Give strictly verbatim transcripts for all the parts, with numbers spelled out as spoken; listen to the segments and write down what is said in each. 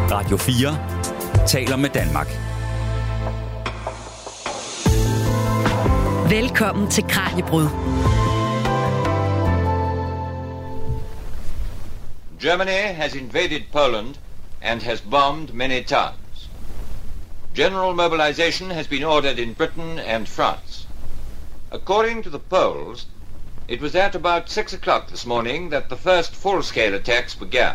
Radio fire taler med Danmark. Velkommen til Kraniebrud. Germany has invaded Poland and has bombed many towns. General mobilization has been ordered in Britain and France. According to the Poles, it was at about six o'clock this morning that the first full-scale attacks began.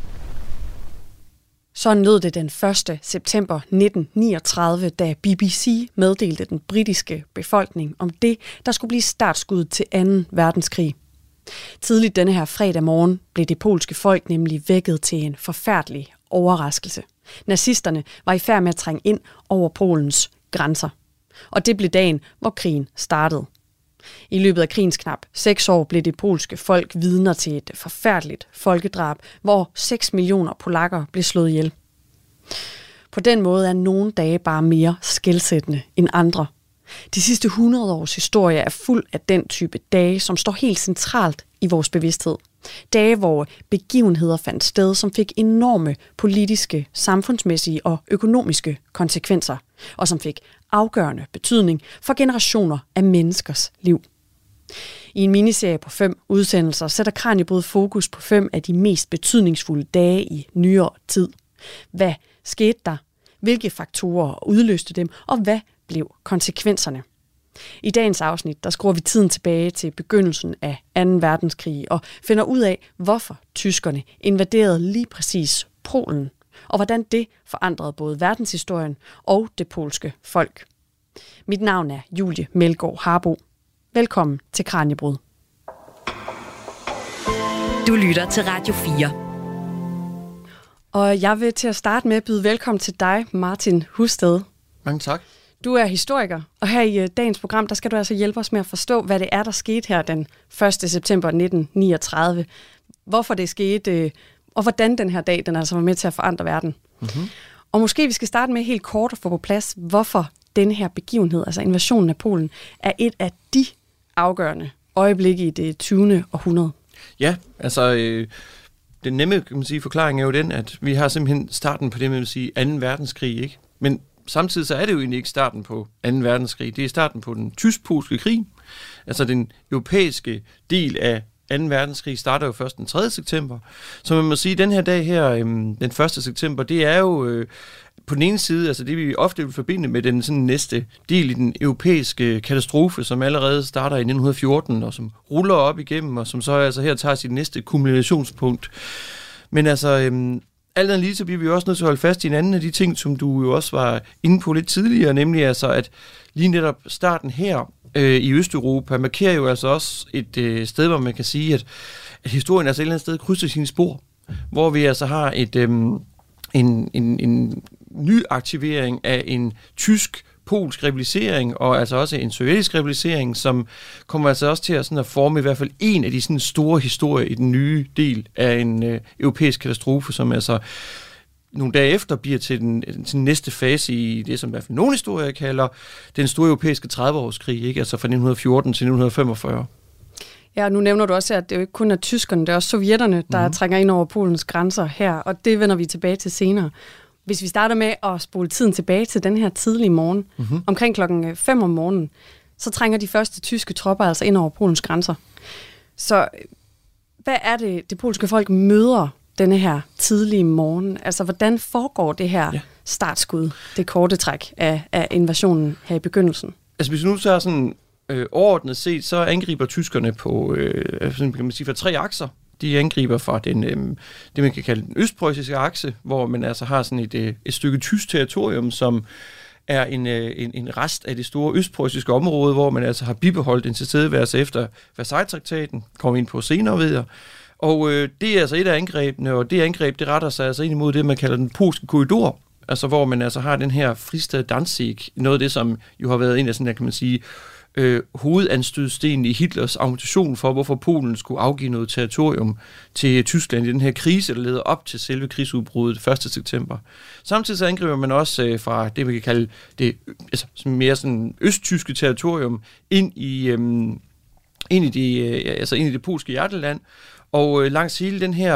Sådan lød det den første september nitten niogtredive, da B B C meddelte den britiske befolkning om det, der skulle blive startskud til anden verdenskrig. Tidligt denne her fredag morgen blev det polske folk nemlig vækket til en forfærdelig overraskelse. Nazisterne var i færd med at trænge ind over Polens grænser. Og det blev dagen, hvor krigen startede. I løbet af krigens knap seks år blev det polske folk vidner til et forfærdeligt folkedrab, hvor seks millioner polakker blev slået ihjel. På den måde er nogle dage bare mere skelsættende end andre. De sidste hundrede års historie er fuld af den type dage, som står helt centralt i vores bevidsthed. Dage, hvor begivenheder fandt sted, som fik enorme politiske, samfundsmæssige og økonomiske konsekvenser, og som fik afgørende betydning for generationer af menneskers liv. I en miniserie på fem udsendelser sætter Kraniebrud fokus på fem af de mest betydningsfulde dage i nyere tid. Hvad skete der? Hvilke faktorer udløste dem? Og hvad blev konsekvenserne? I dagens afsnit, der skruer vi tiden tilbage til begyndelsen af anden verdenskrig og finder ud af, hvorfor tyskerne invaderede lige præcis Polen, og hvordan det forandrede både verdenshistorien og det polske folk. Mit navn er Julie Melgaard Harbo. Velkommen til Kraniebrud. Du lytter til Radio fire. Og jeg vil til at starte med at byde velkommen til dig, Martin Husted. Mange tak. Du er historiker, og her i dagens program, der skal du altså hjælpe os med at forstå, hvad det er, der skete her den første september nitten niogtredive. Hvorfor det skete, og hvordan den her dag, den altså var med til at forandre verden. Mm-hmm. Og måske vi skal starte med helt kort at få på plads, hvorfor denne her begivenhed, altså invasionen af Polen, er et af de afgørende øjeblikke i det tyvende århundrede. Ja, altså øh, den nemme kan man sige, forklaring er jo den, at vi har simpelthen starten på det, man vil sige, anden verdenskrig, ikke? Men samtidig så er det jo egentlig ikke starten på anden verdenskrig. Det er starten på den tysk-polske krig. Altså den europæiske del af anden verdenskrig starter jo først den tredje september. Så man må sige, at den her dag her, øhm, den første september, det er jo øh, på den ene side, altså det vi ofte vil forbinde med den sådan næste del i den europæiske katastrofe, som allerede starter i nitten fjorten, og som ruller op igennem, og som så altså her tager sit næste kumulationspunkt. Men altså øhm, alt andet lige, så bliver vi også nødt til at holde fast i en anden af de ting, som du jo også var inde på lidt tidligere, nemlig altså, at lige netop starten her øh, i Østeuropa markerer jo altså også et øh, sted, hvor man kan sige, at, at historien altså et eller andet sted krydser sine spor, hvor vi altså har et, øh, en, en, en ny aktivering af en tysk polsk rivalisering, og altså også en sovjetisk rivalisering, som kommer altså også til at, sådan at forme i hvert fald en af de sådan store historier i den nye del af en øh, europæisk katastrofe, som altså nogle dage efter bliver til den, til den næste fase i det, som i hvert fald nogle historier kalder den store europæiske tredive-årskrig, ikke? Altså fra nitten fjorten til nitten femogfyrre. Ja, nu nævner du også, at det jo ikke kun er tyskerne, det er også sovjetterne, der mm. trænger ind over Polens grænser her, og det vender vi tilbage til senere. Hvis vi starter med at spole tiden tilbage til den her tidlige morgen, mm-hmm. omkring klokken fem om morgenen, så trænger de første tyske tropper altså ind over Polens grænser. Så hvad er det, det polske folk møder denne her tidlige morgen? Altså, hvordan foregår det her ja. startskud, det korte træk af, af invasionen her i begyndelsen? Altså, hvis vi nu tager sådan øh, overordnet set, så angriber tyskerne på, øh, sådan, kan man sige, fra tre akser. De angriber fra den, øh, det, man kan kalde den østpreussiske akse, hvor man altså har sådan et, et stykke tysk territorium, som er en, en, en rest af det store østpreussiske område, hvor man altså har bibeholdt en tilstedeværelse efter Versailles-traktaten, kommer ind på senere ved jeg. Og øh, det er altså et af angrebene, og det angreb, det retter sig altså ind imod det, man kalder den polske korridor, altså hvor man altså har den her fristad Danzig, noget af det, som jo har været en af sådan der, kan man sige, øh, hovedanstødstenen i Hitlers argumentation for, hvorfor Polen skulle afgive noget territorium til Tyskland i den her krise, der leder op til selve krigsudbruddet første september. Samtidig så angriber man også øh, fra det, man kan kalde det altså, mere sådan østtyske territorium ind i, øh, ind i, de, øh, altså ind i det polske hjerteland, og øh, langs hele den her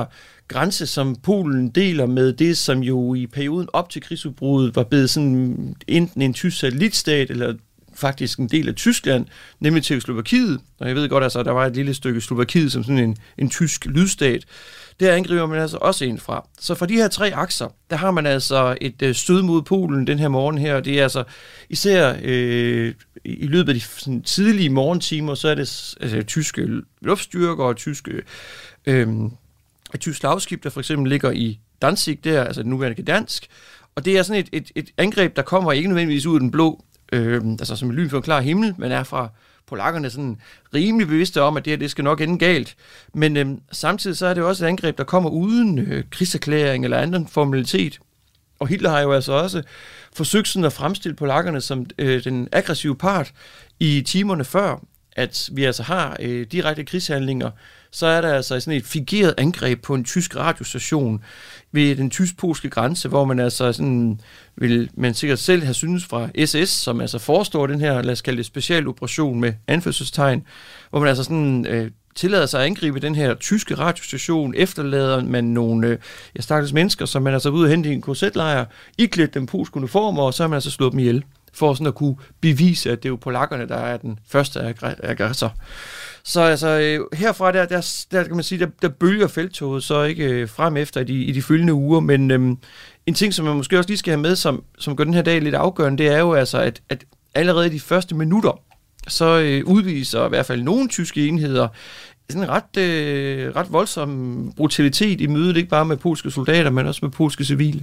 grænse, som Polen deler med det, som jo i perioden op til krigsudbruddet var blevet sådan enten en tysk satellitstat, eller faktisk en del af Tyskland, nemlig Tjekkoslovakiet. Og jeg ved godt, altså, der var et lille stykke Slovakiet som sådan en, en tysk lydstat. Der angriber man altså også ind fra. Så fra de her tre akser, der har man altså et øh, stød mod Polen den her morgen her. Det er altså især øh, i løbet af de sådan, tidlige morgentimer, så er det altså, tyske luftstyrker og tyske, øh, et tysk slagskib, der for eksempel ligger i Danzig der, altså det nuværende Gdansk. Og det er sådan et, et, et angreb, der kommer ikke nødvendigvis ud af den blå, øh, altså som et lyn for en klar himmel, men er fra polakkerne sådan rimelig bevidste om, at det her, det skal nok ende galt. Men øh, samtidig så er det også et angreb, der kommer uden øh, krigserklæring eller anden formalitet. Og Hitler har jo altså også forsøgt sådan at fremstille polakkerne som øh, den aggressive part i timerne før, at vi altså har øh, direkte krigshandlinger. Så er der altså sådan et fingeret angreb på en tysk radiostation ved den tysk-polske grænse, hvor man altså sådan, vil man sikkert selv have synes fra S S, som altså forestår den her, lad os kalde det specialoperation med anførselstegn, hvor man altså sådan øh, tillader sig at angribe den her tyske radiostation, efterlader man nogle øh, ja, stakkels mennesker, som man altså er ude og hente i en K Z-lejr, iklædt dem polske uniformer, og så har man altså slået dem ihjel, for sådan at kunne bevise, at det er jo polakkerne, der er den første aggressor. Så altså, øh, herfra der, der, der kan man sige, der, der bølger felttoget så ikke øh, frem efter i de, i de følgende uger, men øh, en ting, som man måske også lige skal have med, som, som gør den her dag lidt afgørende, det er jo altså, at, at allerede i de første minutter, så øh, udviser i hvert fald nogle tyske enheder sådan en ret, øh, ret voldsom brutalitet i mødet, ikke bare med polske soldater, men også med polske civile.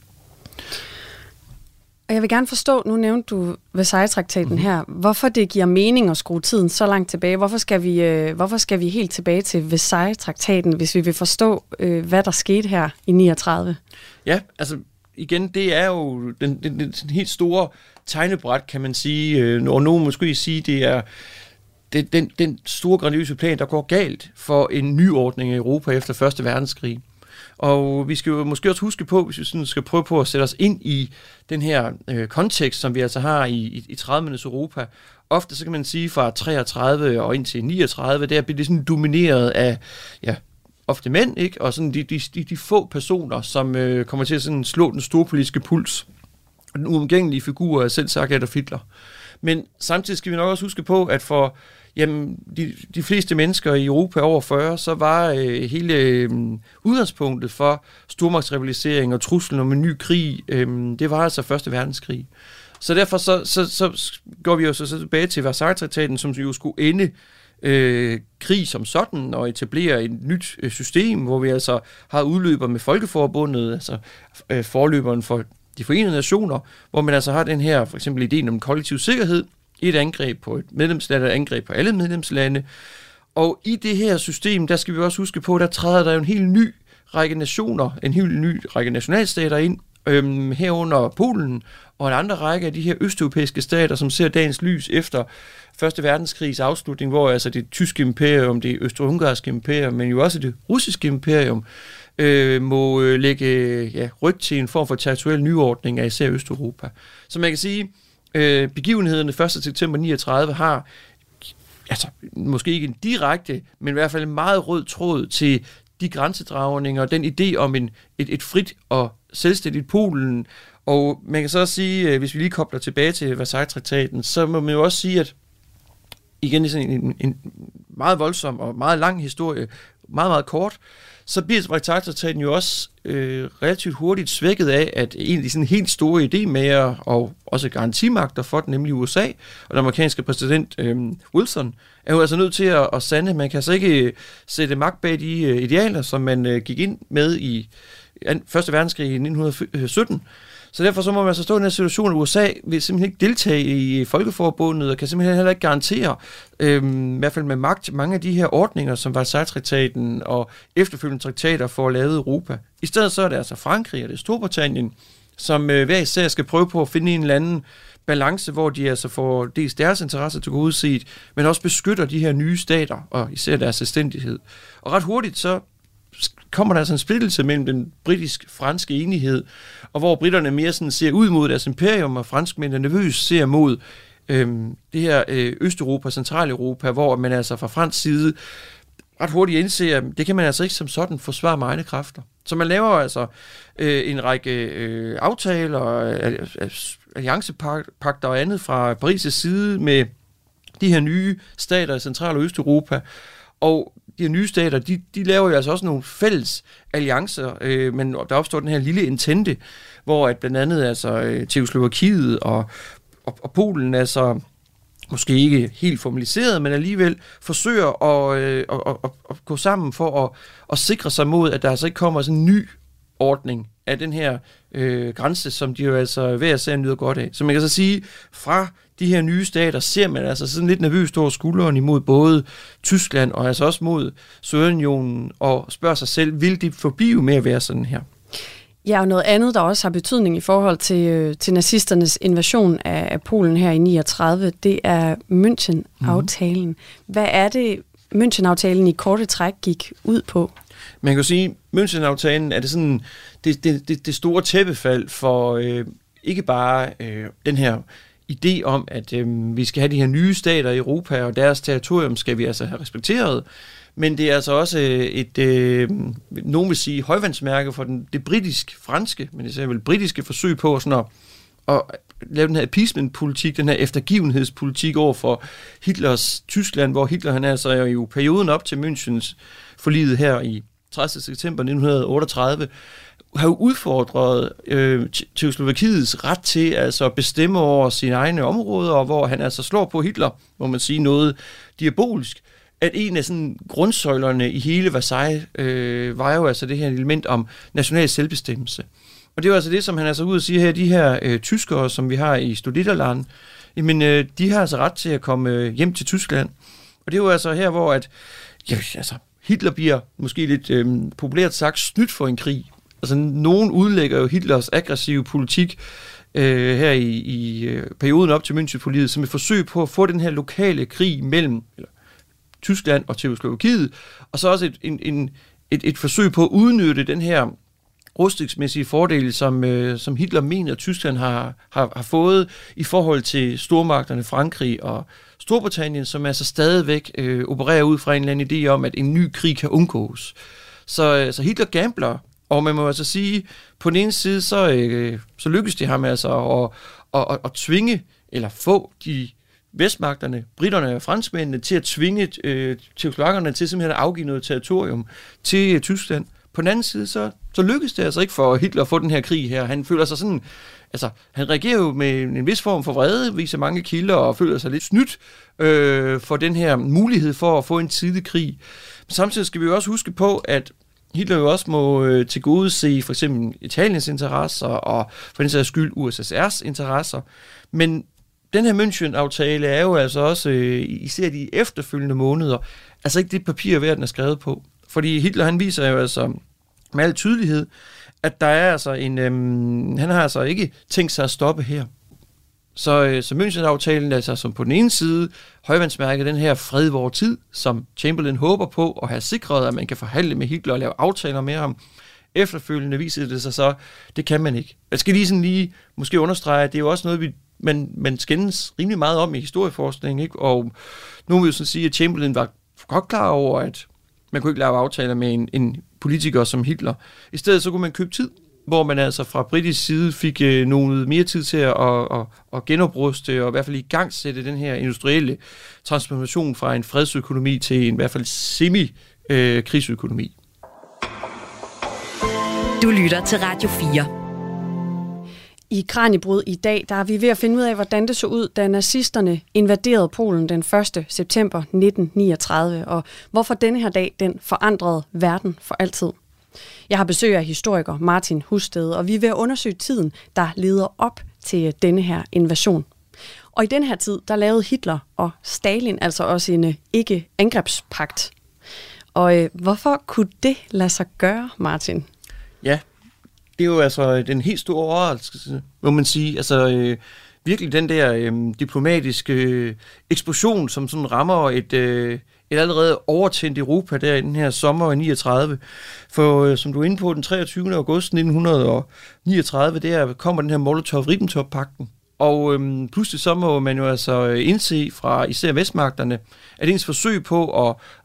Og jeg vil gerne forstå, nu nævnte du Versailles-traktaten mm-hmm. her, hvorfor det giver mening at skrue tiden så langt tilbage. Hvorfor skal vi, øh, hvorfor skal vi helt tilbage til Versailles-traktaten, hvis vi vil forstå, øh, hvad der skete her i niogtredive? Ja, altså igen, det er jo den, den, den, den helt store tegnebræt, kan man sige, øh, og nogen måske sige, det er det, den, den store grandiøse plan, der går galt for en nyordning i Europa efter første verdenskrig. Og vi skal jo måske også huske på, hvis vi sådan skal prøve på at sætte os ind i den her øh, kontekst, som vi altså har i, i, i tredivernes Europa. Ofte så kan man sige fra treogtredive og indtil niogtredive, der bliver det sådan domineret af, ja, ofte mænd, ikke? Og sådan de, de, de, de få personer, som øh, kommer til at sådan slå den store politiske puls. Og den uomgængelige figur er selv sagt Adolf Hitler. Men samtidig skal vi nok også huske på, at for jamen, de, de fleste mennesker i Europa over fyrre, så var øh, hele øh, udgangspunktet for stormagtsrivalisering og truslen om en ny krig, øh, det var altså første verdenskrig. Så derfor så, så, så går vi jo så, så tilbage til Versailles-traktaten, som jo skulle ende øh, krig som sådan og etablere et nyt øh, system, hvor vi altså har udløber med Folkeforbundet, altså øh, forløberen for de forenede nationer, hvor man altså har den her, for eksempel ideen om kollektiv sikkerhed, et angreb på et medlemsland, et angreb på alle medlemslande. Og i det her system, der skal vi også huske på, der træder der jo en helt ny række nationer, en helt ny række nationalstater ind, øhm, herunder Polen, og en anden række af de her østeuropæiske stater, som ser dagens lys efter første verdenskrigs afslutning, hvor altså det tyske imperium, det østrig-ungarske imperium, men jo også det russiske imperium, øh, må lægge ja, ryg til en form for territorial nyordning af især Østeuropa. Så man kan sige, Øh, begivenhederne første september niogtredive har altså, måske ikke en direkte, men i hvert fald en meget rød tråd til de grænsedragninger, den idé om en, et, et frit og selvstændigt Polen. Og man kan så også sige, hvis vi lige kobler tilbage til Versailles-traktaten, så må man jo også sige, at igen i sådan en, en meget voldsom og meget lang historie, meget, meget kort, så bliver Versailles-traktaten jo også øh, relativt hurtigt svækket af, at en af de sådan helt store idémager og også garantimagter for den, nemlig U S A og den amerikanske præsident øh, Wilson, er jo altså nødt til at, at sande. Man kan altså ikke sætte magt bag de øh, idealer, som man øh, gik ind med i første verdenskrig i nitten sytten. Så derfor så må man altså stå i den her situation, at U S A vil simpelthen ikke deltage i Folkeforbundet, og kan simpelthen heller ikke garantere, øhm, i hvert fald med magt, mange af de her ordninger, som Versailles-traktaten og efterfølgende traktater for at lave Europa. I stedet så er det altså Frankrig og det er Storbritannien, som øh, hver især skal prøve på at finde en eller anden balance, hvor de altså får dels deres interesser til godset, men også beskytter de her nye stater, og især deres selvstændighed. Og ret hurtigt så kommer der altså en splittelse mellem den britisk-franske enighed, og hvor britterne mere sådan ser ud mod deres imperium, og franskmændene nervøst ser mod øhm, det her øh, Østeuropa, Centraleuropa, hvor man altså fra fransk side ret hurtigt indse, at det kan man altså ikke som sådan forsvare med egne kræfter. Så man laver altså øh, en række øh, aftaler, øh, alliancepagter og andet fra Paris' side med de her nye stater i Central- og Østeuropa. Og de her nye stater, de, de laver jo altså også nogle fælles alliancer, øh, men der opstår den her lille entente, hvor at blandt andet altså øh, Tjekkoslovakiet og, og, og Polen altså måske ikke helt formaliseret, men alligevel forsøger at, øh, at, at, at gå sammen for at, at sikre sig mod, at der altså ikke kommer sådan en ny ordning af den her øh, grænse, som de jo altså hver især nyder godt af. Så man kan så sige, fra de her nye stater ser man altså sådan lidt nervøst over skulderen imod både Tyskland og altså også mod Sovjetunionen og spørger sig selv, vil det forblive med at være sådan her? Ja, og noget andet, der også har betydning i forhold til, øh, til nazisternes invasion af, af Polen her i niogtredive, det er München-aftalen. Mm. Hvad er det, München-aftalen i korte træk gik ud på? Man kan jo sige, München-aftalen er det sådan det, det, det, det store tæppefald for øh, ikke bare øh, den her idé om, at øh, vi skal have de her nye stater i Europa, og deres territorium skal vi altså have respekteret. Men det er altså også et, øh, nogen vil sige, højvandsmærke for den, det britisk-franske, men det er vel britiske forsøg på sådan at, at lave den her appeasement-politik, den her eftergivenhedspolitik over for Hitlers Tyskland, hvor Hitler han altså i jo perioden op til Münchens forliget her i tredivte september nitten otteogtredive, har jo udfordret øh, Tjekkoslovakiets ret til altså at bestemme over sine egne områder, og hvor han altså slår på Hitler, må man sige, noget diabolisk, at en af sådan grundsøjlerne i hele Versailles øh, var jo altså det her element om national selvbestemmelse. Og det er jo altså det, som han altså ud og siger her, de her øh, tyskere, som vi har i Sudeterland, jamen øh, de har altså ret til at komme øh, hjem til Tyskland. Og det er jo altså her, hvor at, ja, altså, Hitler bliver måske lidt øh, populært sagt snydt for en krig. Altså nogen udlægger jo Hitlers aggressive politik øh, her i, i øh, perioden op til München-forliget som et forsøg på at få den her lokale krig mellem eller, Tyskland og Tjekkoslovakiet, og så også et, en, en, et, et forsøg på at udnytte den her rustningsmæssige fordel, som, øh, som Hitler mener, at Tyskland har, har, har fået i forhold til stormagterne Frankrig og Storbritannien, som altså stadigvæk øh, opererer ud fra en eller anden idé om, at en ny krig kan undgås. Så, øh, så Hitler gambler, og man må altså sige, på den ene side, så, øh, så lykkes det ham altså at, at, at, at tvinge, eller få de vestmagterne, britterne og franskmændene til at tvinge øh, tjekkoslovakkerne til simpelthen at afgive noget territorium til øh, Tyskland. På den anden side, så, så lykkes det altså ikke for Hitler at få den her krig her. Han føler sig sådan, altså han reagerer jo med en vis form for vrede, viser mange kilder og føler sig lidt snydt øh, for den her mulighed for at få en tidlig krig. Men samtidig skal vi jo også huske på, at Hitler jo også må øh, tilgodese for eksempel Italiens interesser og for den sags skyld U S S R's interesser. Men den her München-aftale er jo altså også, øh, især de efterfølgende måneder, altså ikke det papir, verden er skrevet på. Fordi Hitler, han viser jo altså med al tydelighed, at der er altså en, øhm, han har altså ikke tænkt sig at stoppe her. Så, øh, så München-aftalen er altså som på den ene side højvandsmærket den her fred i vor tid, som Chamberlain håber på at have sikret, at man kan forhandle med Hitler og lave aftaler med ham. Efterfølgende viser det sig så, det kan man ikke. Jeg skal lige sådan lige måske understrege, at det er jo også noget, vi man, man skændes rimelig meget om i historieforskning, ikke? Og nu vil jeg sådan sige, at Chamberlain var godt klar over, at man kunne ikke lave aftaler med en, en politiker som Hitler. I stedet så kunne man købe tid, hvor man altså fra britisk side fik øh, noget mere tid til at, at, at, at genopruste og i hvert fald i gang sætte den her industrielle transformation fra en fredsøkonomi til en i hvert fald semi-krigsøkonomi. Du lytter til Radio fire. I Kraniebrud i dag, der er vi ved at finde ud af, hvordan det så ud, da nazisterne invaderede Polen den første september nitten niogtredive, og hvorfor denne her dag den forandrede verden for altid. Jeg har besøg af historiker Martin Husted, og vi er ved at undersøge tiden, der leder op til denne her invasion. Og i den her tid, der lavede Hitler og Stalin altså også en ikke-angrebspagt. Og øh, hvorfor kunne det lade sig gøre, Martin? Ja, det er jo altså den helt store overraskelse, må man sige. Altså øh, virkelig den der øh, diplomatiske øh, eksplosion, som sådan rammer et, øh, et allerede overtændt Europa der i den her sommer i niogtredive. For øh, som du er inde på, den treogtyvende august nitten niogtredive, der kommer den her Molotov-Ribbentrop-pakten. Og øhm, pludselig så må man jo altså indse fra især vestmagterne, at ens forsøg på at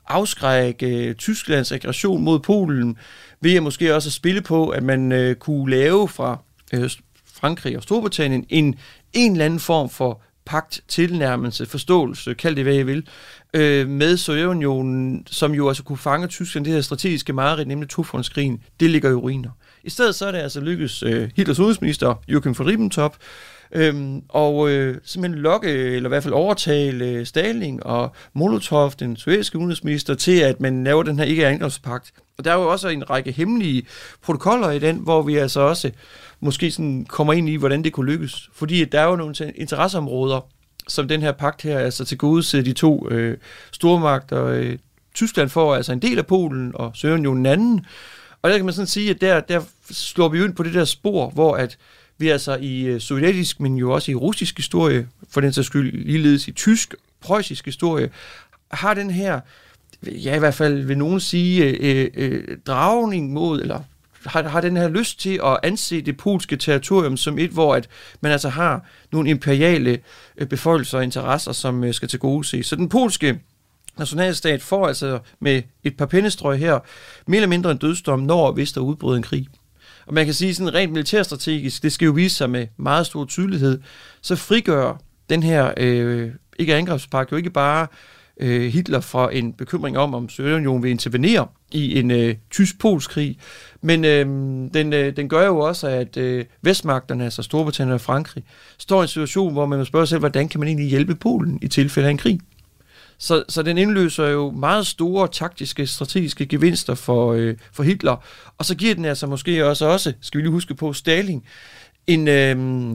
afskrække Tysklands aggression mod Polen, ved at måske også at spille på, at man øh, kunne lave fra øh, Frankrig og Storbritannien en, en eller anden form for pagt, tilnærmelse, forståelse, kald det hvad I vil, øh, med Sovjetunionen, som jo altså kunne fange Tyskland, det her strategiske mareridt, nemlig Tofrontskrigen, det ligger i ruiner. I stedet så er det altså lykkedes øh, Hitlers udenrigsminister, Joachim von Ribbentrop, Øhm, og øh, simpelthen lokke, eller i hvert fald overtale øh, Stalin og Molotov, den sovjetiske udenrigsminister, til at man laver den her ikke-angrebspagt. Og der er jo også en række hemmelige protokoller i den, hvor vi altså også måske sådan kommer ind i, hvordan det kunne lykkes. Fordi der er jo nogle interesseområder, som den her pagt her altså til gode til de to øh, stormagter. Øh, Tyskland får altså en del af Polen, og Sovjetunionen en anden. Og der kan man sådan sige, at der, der slår vi ind på det der spor, hvor at vi altså i sovjetisk, men jo også i russisk historie, for den sags skyld ligeledes i tysk, preussisk historie, har den her, ja i hvert fald vil nogen sige, øh, øh, dragning mod, eller har, har den her lyst til at anse det polske territorium som et, hvor at man altså har nogle imperiale øh, befolkelser og interesser, som øh, skal tilgodese. Så den polske nationalstat får altså med et par pennestrøg her mere eller mindre en dødsdom, når og hvis der udbryder en krig. Og man kan sige sådan rent militærstrategisk, det skal jo vise sig med meget stor tydelighed, så frigør den her øh, ikke-angrebspagt jo ikke bare øh, Hitler fra en bekymring om, om Sovjetunionen vil intervenere i en øh, tysk-polsk krig, men øh, den, øh, den gør jo også, at øh, vestmagterne, altså Storbritannien og Frankrig, står i en situation, hvor man må spørge sig selv, hvordan kan man egentlig hjælpe Polen i tilfælde af en krig? Så, så den indløser jo meget store taktiske, strategiske gevinster for, øh, for Hitler. Og så giver den altså måske også, også skal vi lige huske på, Stalin en øh,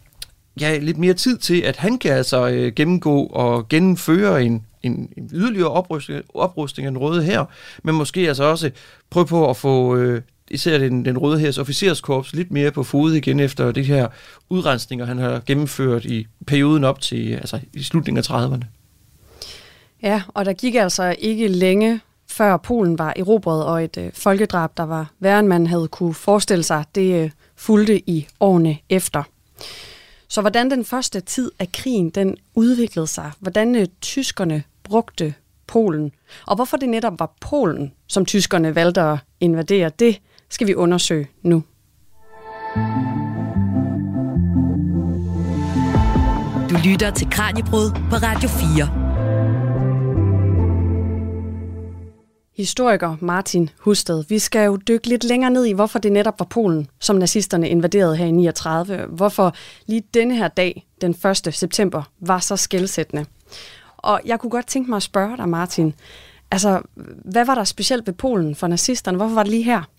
ja, lidt mere tid til, at han kan altså øh, gennemgå og gennemføre en, en, en yderligere oprustning, oprustning af den røde hær, men måske altså også prøve på at få øh, især den, den røde hærs officerskorps lidt mere på fod igen efter de her udrensninger, han har gennemført i perioden op til altså i slutningen af trediverne. Ja, og der gik altså ikke længe før Polen var erobret, og et øh, folkedrab, der var værre end man havde kunne forestille sig, det øh, fulgte i årene efter. Så hvordan den første tid af krigen, den udviklede sig, hvordan øh, tyskerne brugte Polen, og hvorfor det netop var Polen, som tyskerne valgte at invadere, det skal vi undersøge nu. Du lytter til Kraniebrud på Radio fire. Historiker Martin Husted, vi skal jo dykke lidt længere ned i, hvorfor det netop var Polen, som nazisterne invaderede her i niogtredive. Hvorfor lige denne her dag, den første september, var så skelsættende. Og jeg kunne godt tænke mig at spørge dig, Martin, altså, hvad var der specielt ved Polen for nazisterne? Hvorfor var det lige her?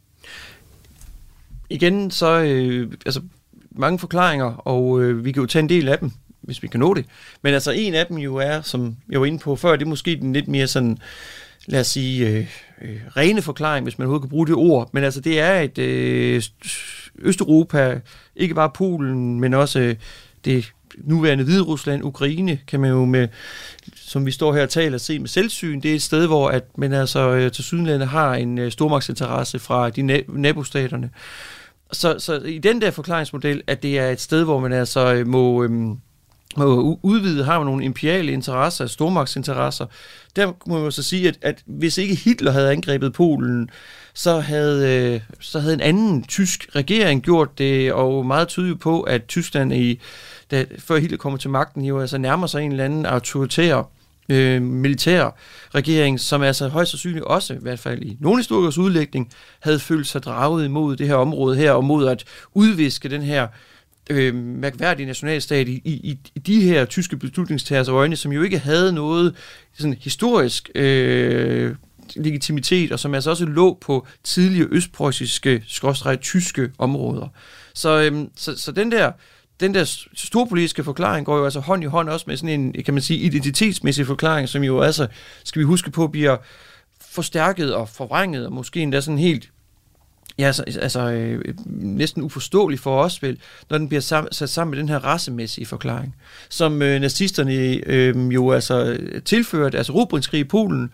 Igen, så øh, altså mange forklaringer, og øh, vi kan jo tage en del af dem, hvis vi kan nå det. Men altså en af dem jo er, som jeg var inde på før, det er måske den lidt mere sådan, lad os sige, øh, øh, rene forklaring, hvis man overhovedet kan bruge det ord. Men altså det er et øh, Østeuropa, ikke bare Polen, men også øh, det nuværende Hviderusland, Ukraine, kan man jo med, som vi står her og taler, se med selvsyn. Det er et sted, hvor at man altså øh, til Sydlandet har en øh, stormagtsinteresse fra de na- nabostaterne. Så, så i den der forklaringsmodel, at det er et sted, hvor man altså øh, må... Øh, og udvide har man nogle imperiale interesser, stormagtsinteresser. Der må man jo så sige, at, at hvis ikke Hitler havde angrebet Polen, så havde, øh, så havde en anden tysk regering gjort det, og meget tydeligt på, at Tyskland, i, da, før Hitler kommer til magten, jo altså nærmer sig en eller anden autoritær øh, militær regering, som altså højst sandsynligt også, i hvert fald i nogle historikers udlægning, havde følt sig draget imod det her område her, og mod at udviske den her Øh, mærkværdig nationalstat i, i, i de her tyske beslutningstagers øjne, som jo ikke havde noget sådan historisk øh, legitimitet, og som altså også lå på tidligere østpreussiske, skråstreg tyske områder. Så, øh, så, så den der den der storpolitiske forklaring går jo altså hånd i hånd også med sådan en, kan man sige, identitetsmæssig forklaring, som jo altså, skal vi huske på, bliver forstærket og forvrænget, og måske endda sådan helt Ja, altså, altså øh, næsten uforståelig for os, vel, når den bliver sam- sat sammen med den her racemæssige forklaring, som øh, nazisterne øh, jo altså tilførte, altså erobringskrig i Polen,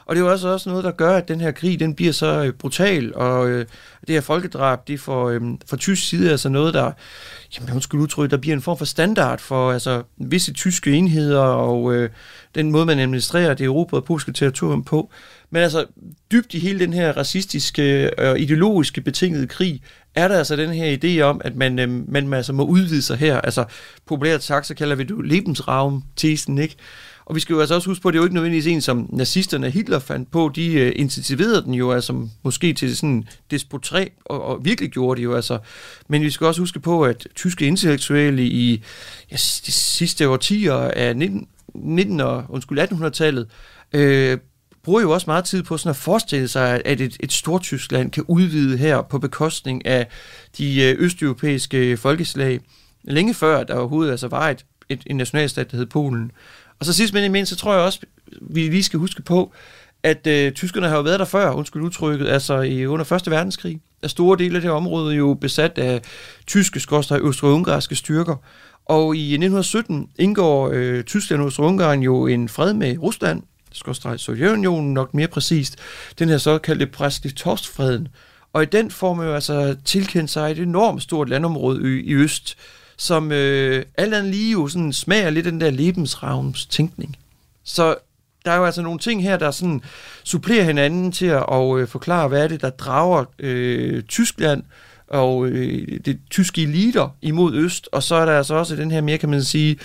Og det er jo også, også noget, der gør, at den her krig, den bliver så øh, brutal, og øh, det her folkedrab, det får øh, fra tysk side altså noget, der, jamen, undskyld udtryk, der bliver en form for standard for altså, visse tyske enheder, og øh, den måde, man administrerer det erobrede polske territorium på. Men altså, dybt i hele den her racistiske og ideologiske betingede krig, er der altså den her idé om, at man, øh, man altså må udvide sig her. Altså, populært sagt, så kalder vi det Lebensraum-tesen, ikke? Og vi skal jo altså også huske på, at det er jo ikke nødvendigvis en, som nazisterne Hitler fandt på. De øh, intensiverede den jo altså måske til sådan despotræ, og, og virkelig gjorde det jo altså. Men vi skal også huske på, at tyske intellektuelle i ja, de sidste årtier af nitten, nitten og undskyld, attenhundredetallet øh, bruger jo også meget tid på sådan at forestille sig, at et, et Stortyskland kan udvide her på bekostning af de øh, østeuropæiske folkeslag. Længe før der overhovedet altså var et, et, en nationalstat, der hed Polen. Og så sidst men ikke mindst, så tror jeg også, vi lige skal huske på, at øh, tyskerne har jo været der før, undskyld udtrykket, altså i, under første verdenskrig. Er store dele af det område jo besat af tyske, skråstreg østrig-ungarske styrker. Og i nitten sytten indgår øh, Tyskland og Østrig-Ungarn jo en fred med Rusland, skråstreg Sovjetunionen nok mere præcist, den her såkaldte Brest-Litovsk-freden. Og i den får man jo altså tilkendt sig et enormt stort landområde i, i øst, som øh, alt andet lige jo sådan smager lidt den der Lebensraums tænkning. Så der er jo altså nogle ting her, der sådan supplerer hinanden til at og, øh, forklare, hvad er det, der drager øh, Tyskland og øh, det tyske eliter imod øst, og så er der altså også den her mere, kan man sige,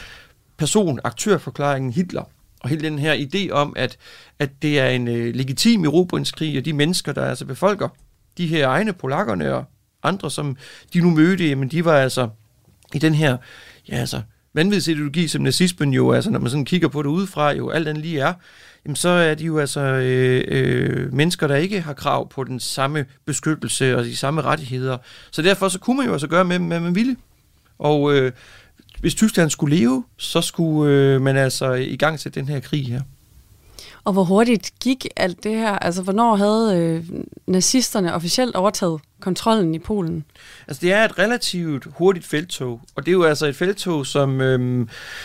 person-aktørforklaringen Hitler, og hele den her idé om, at, at det er en øh, legitim erobringskrig, og de mennesker, der altså befolker de her egne polakkerne og andre, som de nu mødte, jamen de var altså i den her, ja altså, vanvidsideologi, som nazismen jo, altså når man sådan kigger på det udefra, jo alt andet lige er, jamen så er de jo altså øh, øh, mennesker, der ikke har krav på den samme beskyttelse og de samme rettigheder. Så derfor så kunne man jo altså gøre med, hvad man ville. Og øh, hvis Tyskland skulle leve, så skulle øh, man altså i gang til den her krig her. Og hvor hurtigt gik alt det her? Altså, hvornår havde øh, nazisterne officielt overtaget kontrollen i Polen? Altså, det er et relativt hurtigt felttog, og det er jo altså et felttog, som øh,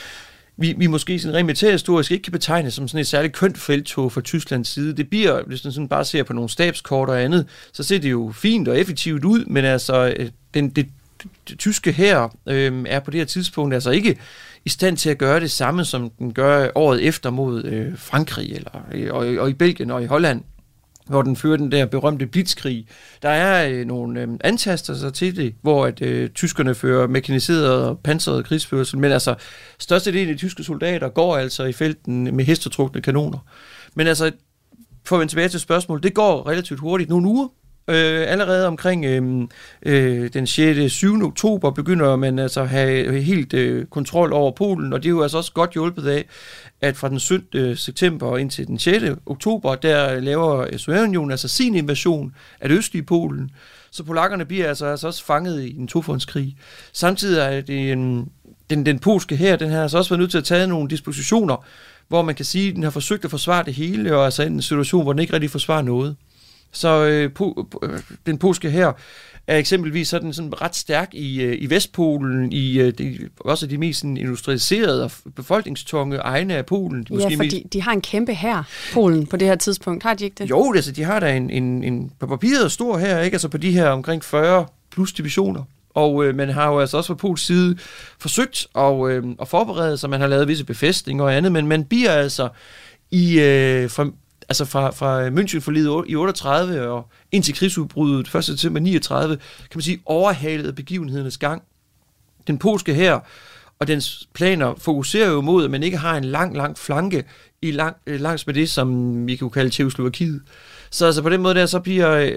vi, vi måske sådan rent militærhistorisk ikke kan betegne som sådan et særligt kønt felttog fra Tysklands side. Det bliver, hvis man sådan bare ser på nogle stabskort og andet, så ser det jo fint og effektivt ud, men altså, den, det, det, det tyske hær øh, er på det her tidspunkt altså ikke i stand til at gøre det samme, som den gør året efter mod øh, Frankrig, eller, og, og i Belgien og i Holland, hvor den fører den der berømte blitzkrig. Der er øh, nogle øh, antastelser til det, hvor at, øh, tyskerne fører mekaniseret og pansret krigsførsel, men altså størstedelen af de tyske soldater går altså i felten med hestetrukne kanoner. Men altså, for at vende tilbage til spørgsmålet, det går relativt hurtigt, nogle uger. Øh, allerede omkring øh, øh, den sjette og syvende oktober begynder man altså at have helt øh, kontrol over Polen, og det er jo altså også godt hjulpet af, at fra den syttende september indtil den sjette oktober, der laver Sovjetunionen altså sin invasion af det østlige Polen, så polakkerne bliver altså, altså også fanget i en tofrontskrig. Samtidig er det en, den, den polske hær, den har altså også været nødt til at tage nogle dispositioner, hvor man kan sige, at den har forsøgt at forsvare det hele, og altså en situation, hvor den ikke rigtig forsvarer noget. Så øh, po, øh, den polske hær er eksempelvis sådan, sådan ret stærk i, øh, i Vestpolen, i øh, de, også de mest sådan, industrialiserede og befolkningstunge egne af Polen. De ja, fordi mest... de har en kæmpe hær, Polen, på det her tidspunkt. Har de ikke det? Jo, altså, de har da en, en, en på papiret stor hær, ikke? Altså på de her omkring fyrre plus divisioner. Og øh, man har jo altså også fra Polens side forsøgt at, øh, at forberede sig. Man har lavet visse befæstninger og andet, men man bliver altså i... Øh, fra, Altså fra, fra Münchenforliget i otteogtredive og indtil krigsudbruddet første september niogtredive, kan man sige, overhalet begivenhedernes gang. Den polske hær og dens planer fokuserer jo mod, at man ikke har en lang, lang flanke i lang, langs med det, som vi kan kalde Tjekkoslovakiet. Så altså på den måde der, så bliver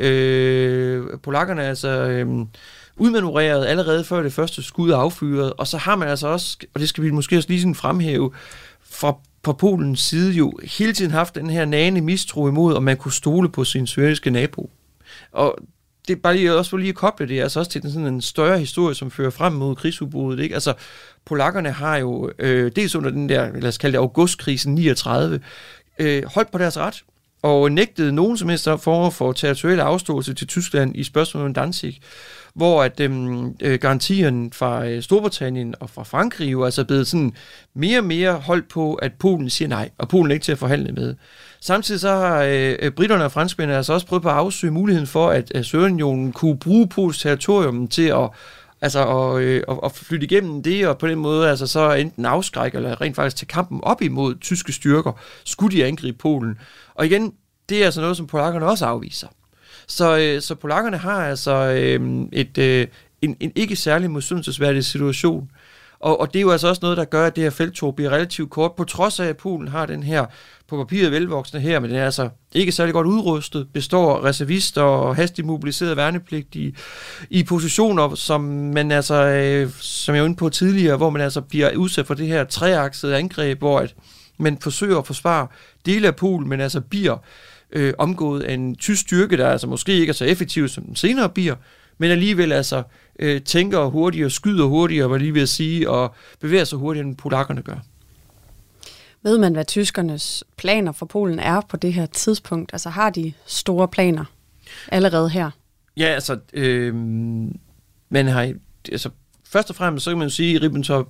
øh, polakkerne altså øh, udmanøvreret allerede før det første skud er affyret, og så har man altså også, og det skal vi måske også lige sådan fremhæve, fra på Polens side jo hele tiden haft den her nagende mistro imod, om man kunne stole på sin sovjetiske nabo. Og det er bare lige, også for lige at koble det, altså også til den, sådan en større historie, som fører frem mod krigsudbruddet, ikke? Altså, polakkerne har jo, øh, dels under den der, lad os kalde det augustkrisen niogtredive, øh, holdt på deres ret. og nægtede nogen som helst form for territorial afståelse til Tyskland i spørgsmålet om Danzig, hvor at øhm, øh, garantierne fra øh, Storbritannien og fra Frankrig jo altså blevet sådan mere og mere holdt på, at Polen siger nej, og Polen er ikke til at forhandle med. Samtidig så har øh, britterne og franskmændene altså også prøvet på at afsøge muligheden for, at øh, Sovjetunionen kunne bruge Polens territorium til at altså at, øh, at, at flytte igennem det, og på den måde altså så enten afskrække, eller rent faktisk tage kampen op imod tyske styrker, skulle de angribe Polen. Og igen, det er altså noget, som polakkerne også afviser. Så, øh, så polakkerne har altså øh, et, øh, en, en ikke særlig modsundelsesværdig situation. Og, og det er jo altså også noget, der gør, at det her felttog bliver relativt kort, på trods af, at Polen har den her på papiret velvoksne her, men den er altså ikke særlig godt udrustet, består af reservister og hastigt mobiliserede værnepligtige i positioner, som man altså, øh, som jeg var inde på tidligere, hvor man altså bliver udsat for det her treaksede angreb, hvor at man forsøger at forsvare dele af Polen, men altså bliver øh, omgået af en tysk styrke, der altså måske ikke er så effektiv, som den senere bliver, men alligevel altså øh, tænker hurtigere, skyder hurtigere, var lige ved at sige, og bevæger sig hurtigere, end polakkerne gør. Ved man, hvad tyskernes planer for Polen er på det her tidspunkt? Altså har de store planer allerede her? Ja, altså, øh, man har, altså først og fremmest, så kan man jo sige, at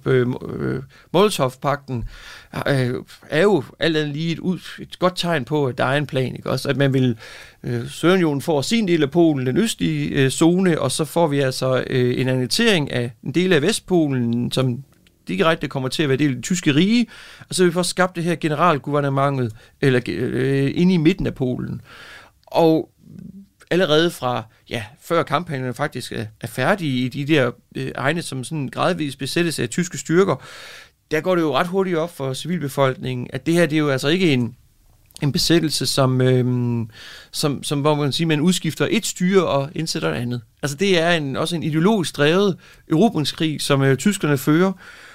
Ribbentrop-Molotov-pakten øh, øh, er jo alt andet lige et, ud, et godt tegn på, at der er en plan, ikke? Også at man vil, øh, Sovjetunionen får sin del af Polen, den østlige øh, zone, og så får vi altså øh, en annektering af en del af Vestpolen, som direkte kommer til at være del af det tyske rige, og så vil vi få skabt det her generalgouvernementet, eller øh, inde i midten af Polen. Og allerede fra, ja, før kampagnerne faktisk er, er færdige i de der øh, egne, som sådan gradvist besættes af tyske styrker, der går det jo ret hurtigt op for civilbefolkningen, at det her, det er jo altså ikke en, en besættelse, som, øh, som, som, hvor man siger, man udskifter et styre og indsætter et andet. Altså det er en, også en ideologisk drevet erobringskrig, som øh, tyskerne fører,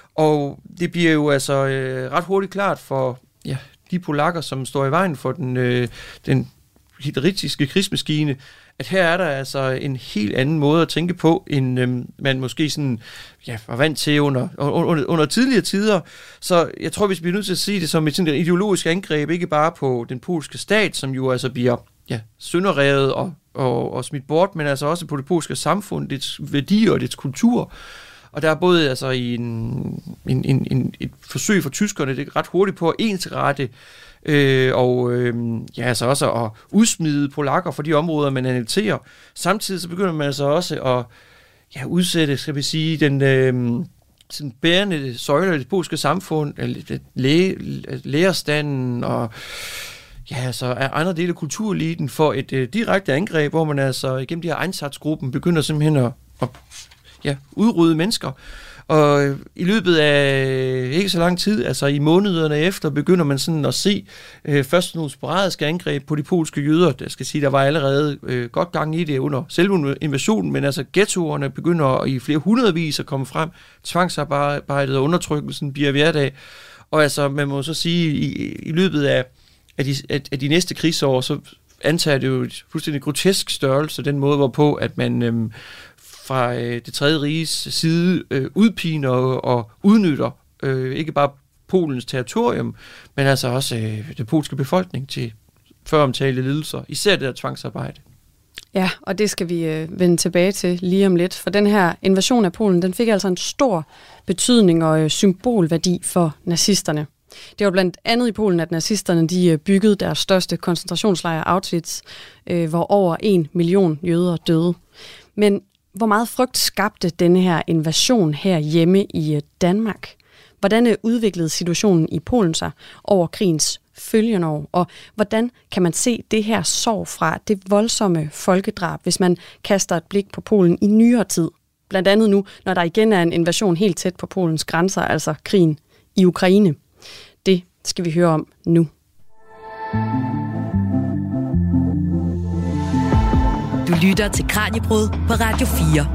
og det bliver jo altså øh, ret hurtigt klart for ja, de polakker, som står i vejen for den, øh, den hitleristiske krigsmaskine, at her er der altså en helt anden måde at tænke på, end øhm, man måske sådan, ja, var vant til under, under, under tidligere tider. Så jeg tror, vi bliver nødt til at sige det som et sådan ideologisk angreb, ikke bare på den polske stat, som jo altså bliver ja, sønderrevet og, og, og smidt bort, men altså også på det polske samfund, dets værdier og dets kultur. Og der er både altså i en, en, en, en, et forsøg for tyskerne, det er ret hurtigt på at ensrette Øh, og øh, ja, altså også at udsmide polakker fra de områder, man annekterer. Samtidig så begynder man altså også at ja, udsætte, skal vi sige, den øh, sådan bærende søjle af det polske samfund, læge, lærerstanden og ja, altså andre dele af kultureliten for et øh, direkte angreb, hvor man altså igennem de her Einsatzgruppen begynder simpelthen at, at ja, udrydde mennesker. Og i løbet af ikke så lang tid, altså i månederne efter, begynder man sådan at se øh, først nogle sporadiske angreb på de polske jøder. Jeg skal sige, der var allerede øh, godt gang i det under selve invasionen, men altså ghettoerne begynder i flere hundredvis at komme frem. Tvangsarbejdet og undertrykkelsen bliver hverdag. Og altså, man må så sige, i, i løbet af, af, de, af, af de næste krigsår, så antager det jo et fuldstændig grotesk størrelse, den måde, hvorpå at man Øh, fra øh, det tredje riges side øh, udpiner og, og udnytter øh, ikke bare Polens territorium, men altså også øh, den polske befolkning til føromtalte lidelser, især det der tvangsarbejde. Ja, og det skal vi øh, vende tilbage til lige om lidt, for den her invasion af Polen, den fik altså en stor betydning og øh, symbolværdi for nazisterne. Det var blandt andet i Polen, at nazisterne de byggede deres største koncentrationslejr Auschwitz, øh, hvor over en million jøder døde. Men hvor meget frygt skabte denne her invasion her hjemme i Danmark? Hvordan udviklede situationen i Polen sig over krigens følgende år? Og hvordan kan man se det her sorg fra det voldsomme folkedrab, hvis man kaster et blik på Polen i nyere tid? Blandt andet nu, når der igen er en invasion helt tæt på Polens grænser, altså krigen i Ukraine. Det skal vi høre om nu. Du lytter til Kraniebrud på Radio fire.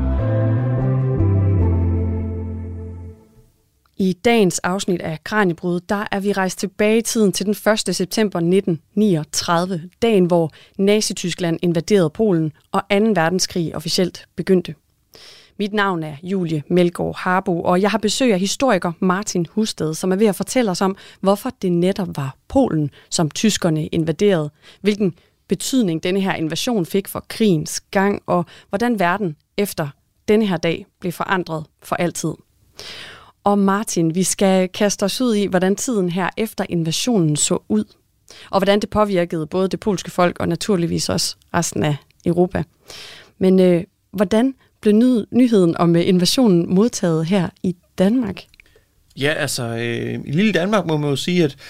I dagens afsnit af Kraniebrud, der er vi rejst tilbage i tiden til den første september nitten niogtredive, dagen hvor Nazi-Tyskland invaderede Polen og anden verdenskrig officielt begyndte. Mit navn er Julie Melgaard Harbo, og jeg har besøg af historiker Martin Husted, som er ved at fortælle os om, hvorfor det netop var Polen, som tyskerne invaderede, hvilken betydning denne her invasion fik for krigens gang, og hvordan verden efter denne her dag blev forandret for altid. Og Martin, vi skal kaste os ud i, hvordan tiden her efter invasionen så ud, og hvordan det påvirkede både det polske folk og naturligvis også resten af Europa. Men øh, hvordan blev ny- nyheden om invasionen modtaget her i Danmark? Ja, altså øh, i lille Danmark må man jo sige, at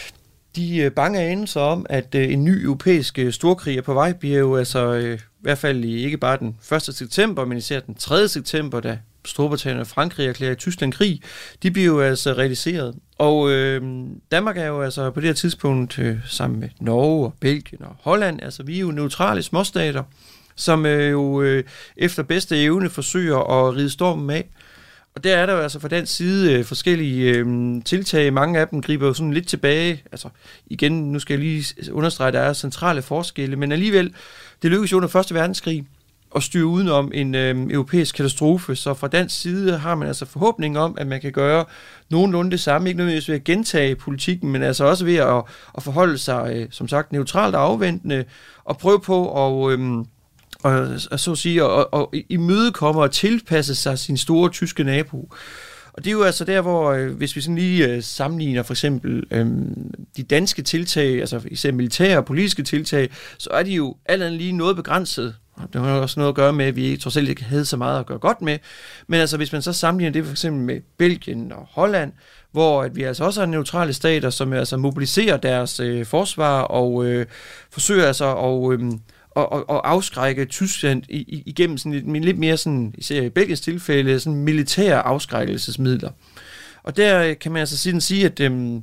de øh, bange anelser om, at øh, en ny europæisk øh, storkrig er på vej, bliver jo altså øh, i hvert fald i, ikke bare den første september, men især den tredje september, da Storbritannien og Frankrig erklærer Tyskland krig, de bliver jo altså realiseret. Og øh, Danmark er jo altså på det her tidspunkt øh, sammen med Norge og Belgien og Holland, altså vi er jo neutrale småstater, som øh, jo øh, efter bedste evne forsøger at ride stormen af. Og der er der jo altså fra den side øh, forskellige øh, tiltag. Mange af dem griber jo sådan lidt tilbage. Altså igen, nu skal jeg lige understrege, at der er centrale forskelle, men alligevel, det lykkedes jo under første verdenskrig at styre udenom en øh, europæisk katastrofe. Så fra dansk side har man altså forhåbning om, at man kan gøre nogenlunde det samme. Ikke nødvendigvis ved at gentage politikken, men altså også ved at, at forholde sig, øh, som sagt, neutralt og afventende, og prøve på at... Øh, og, og så at sige, og, og imødekomme og tilpasse sig sin store tyske nabo. Og det er jo altså der, hvor øh, hvis vi sådan lige øh, sammenligner for eksempel øh, de danske tiltag, altså især militære og politiske tiltag, så er de jo alt andet lige noget begrænset. Det har også noget at gøre med, at vi trods alt ikke havde så meget at gøre godt med. Men altså hvis man så sammenligner det for eksempel med Belgien og Holland, hvor at vi altså også har neutrale stater, som altså mobiliserer deres øh, forsvar og øh, forsøger altså at... Øh, Og, og, og afskrække Tyskland igennem sådan lidt, lidt mere sådan, især i Belgiens tilfælde, sådan militære afskrækkelsesmidler. Og der kan man altså sådan sige, at øhm,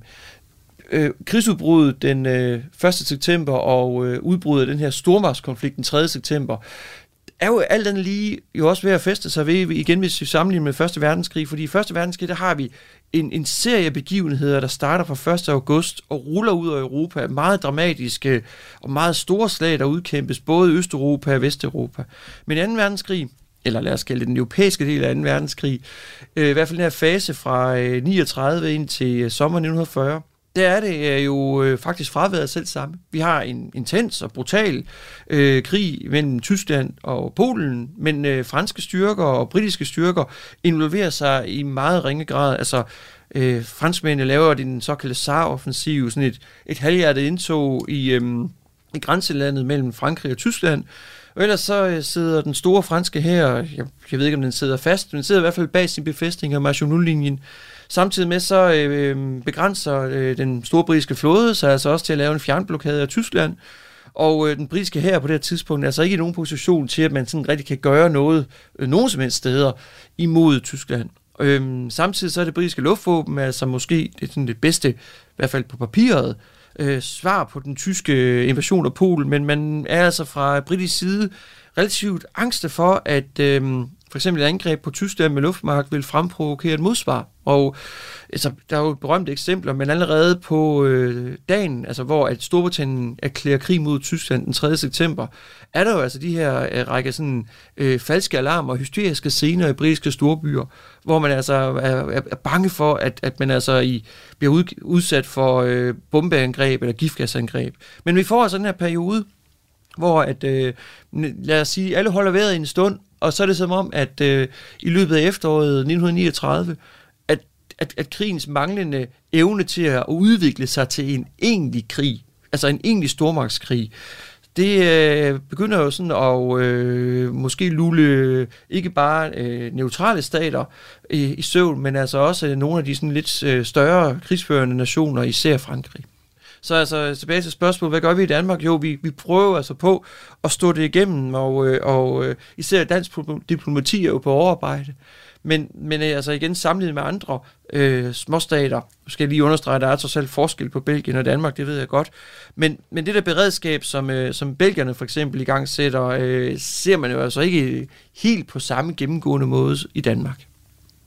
øh, krigsudbruddet den øh, første september og øh, udbruddet af den her stormagtskonflikt den tredje september, er jo alt andet lige jo også ved at feste sig ved, igen hvis vi sammenligner med første verdenskrig, fordi i første verdenskrig, der har vi en, en serie begivenheder, der starter fra første august og ruller ud af Europa, meget dramatiske og meget store slag, der udkæmpes både i Østeuropa og Vesteuropa. Men anden verdenskrig, eller lad os kalde det den europæiske del af anden verdenskrig, øh, i hvert fald den her fase fra øh, niogtredive ind til øh, sommer nitten fyrre, der er det er jo øh, faktisk fraværet selv samme. Vi har en intens og brutal øh, krig mellem Tyskland og Polen, men øh, franske styrker og britiske styrker involverer sig i meget ringe grad. Altså, øh, franskmændene laver den såkaldte Saar-offensiv, sådan et, et halvhjertet indtog i, øh, i grænselandet mellem Frankrig og Tyskland. Og ellers så øh, sidder den store franske hær, jeg, jeg ved ikke om den sidder fast, men den sidder i hvert fald bag sin befæstning af Maginot-linjen. Samtidig med så øh, begrænser øh, den store britiske flåde sig altså også til at lave en fjernblokade af Tyskland, og øh, den britiske hær på det her tidspunkt er altså ikke i nogen position til, at man sådan rigtig kan gøre noget, øh, nogen som helst steder, imod Tyskland. Øh, samtidig så er det britiske luftvåben altså måske det, sådan det bedste, i hvert fald på papiret, øh, svar på den tyske invasion af Polen, men man er altså fra britisk side relativt angste for, at øh, for eksempel et angreb på Tyskland med luftmagt vil fremprovokere et modsvar. Og altså, der er jo berømte eksempler, men allerede på øh, dagen, altså hvor at Storbritannien erklærer krig mod Tyskland den tredje september, er der jo altså de her øh, række sådan øh, falske alarmer og hysteriske scener i britiske storbyer, hvor man altså er, er bange for, at, at man altså i, bliver ud, udsat for øh, bombeangreb eller giftgasangreb. Men vi får altså den her periode, hvor at, øh, lad os sige, alle holder vejret i en stund, og så er det som om, at øh, i løbet af efteråret nitten niogtredive, at, at, at krigens manglende evne til at udvikle sig til en egentlig krig, altså en egentlig stormagtskrig, det øh, begynder jo sådan at øh, måske lulle ikke bare øh, neutrale stater i, i søvn, men altså også nogle af de sådan lidt øh, større krigsførende nationer, især Frankrig. Så altså tilbage til spørgsmålet, hvad gør vi i Danmark? Jo, vi, vi prøver altså på at stå det igennem, og, og især dansk diplomati er jo på overarbejde. Men, men altså igen sammenlignet med andre øh, småstater, skal jeg lige understrege, at der er trods alt forskel på Belgien og Danmark, det ved jeg godt. Men, men det der beredskab, som, øh, som belgierne for eksempel i gang sætter, øh, ser man jo altså ikke helt på samme gennemgående måde i Danmark.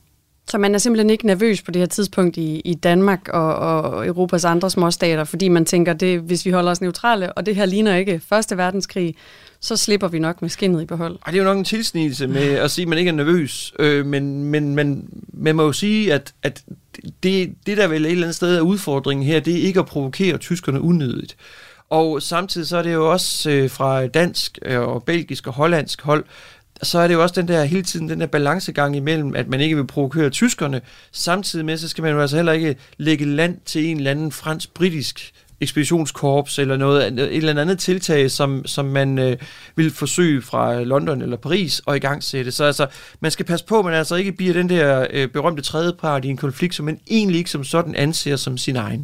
Så man er simpelthen ikke nervøs på det her tidspunkt i, i Danmark og, og Europas andre småstater, fordi man tænker, det, hvis vi holder os neutrale, og det her ligner ikke Første Verdenskrig, så slipper vi nok med skindet i behold. Ej, det er jo nok en tilsnigelse med at sige, at man ikke er nervøs, øh, men, men man, man må jo sige, at, at det, det der vel et eller andet sted er udfordringen her, det er ikke at provokere tyskerne unødigt. Og samtidig så er det jo også øh, fra dansk og belgisk og hollandsk hold, så er det jo også den der hele tiden den der balancegang imellem, at man ikke vil provokere tyskerne, samtidig med, så skal man jo altså heller ikke lægge land til en eller anden fransk-britisk ekspeditionskorps eller noget, et eller andet tiltag, som, som man øh, vil forsøge fra London eller Paris og i gang sætte. Så altså, man skal passe på, at man altså ikke bliver den der øh, berømte tredjepart i en konflikt, som man egentlig ikke som sådan anser som sin egen.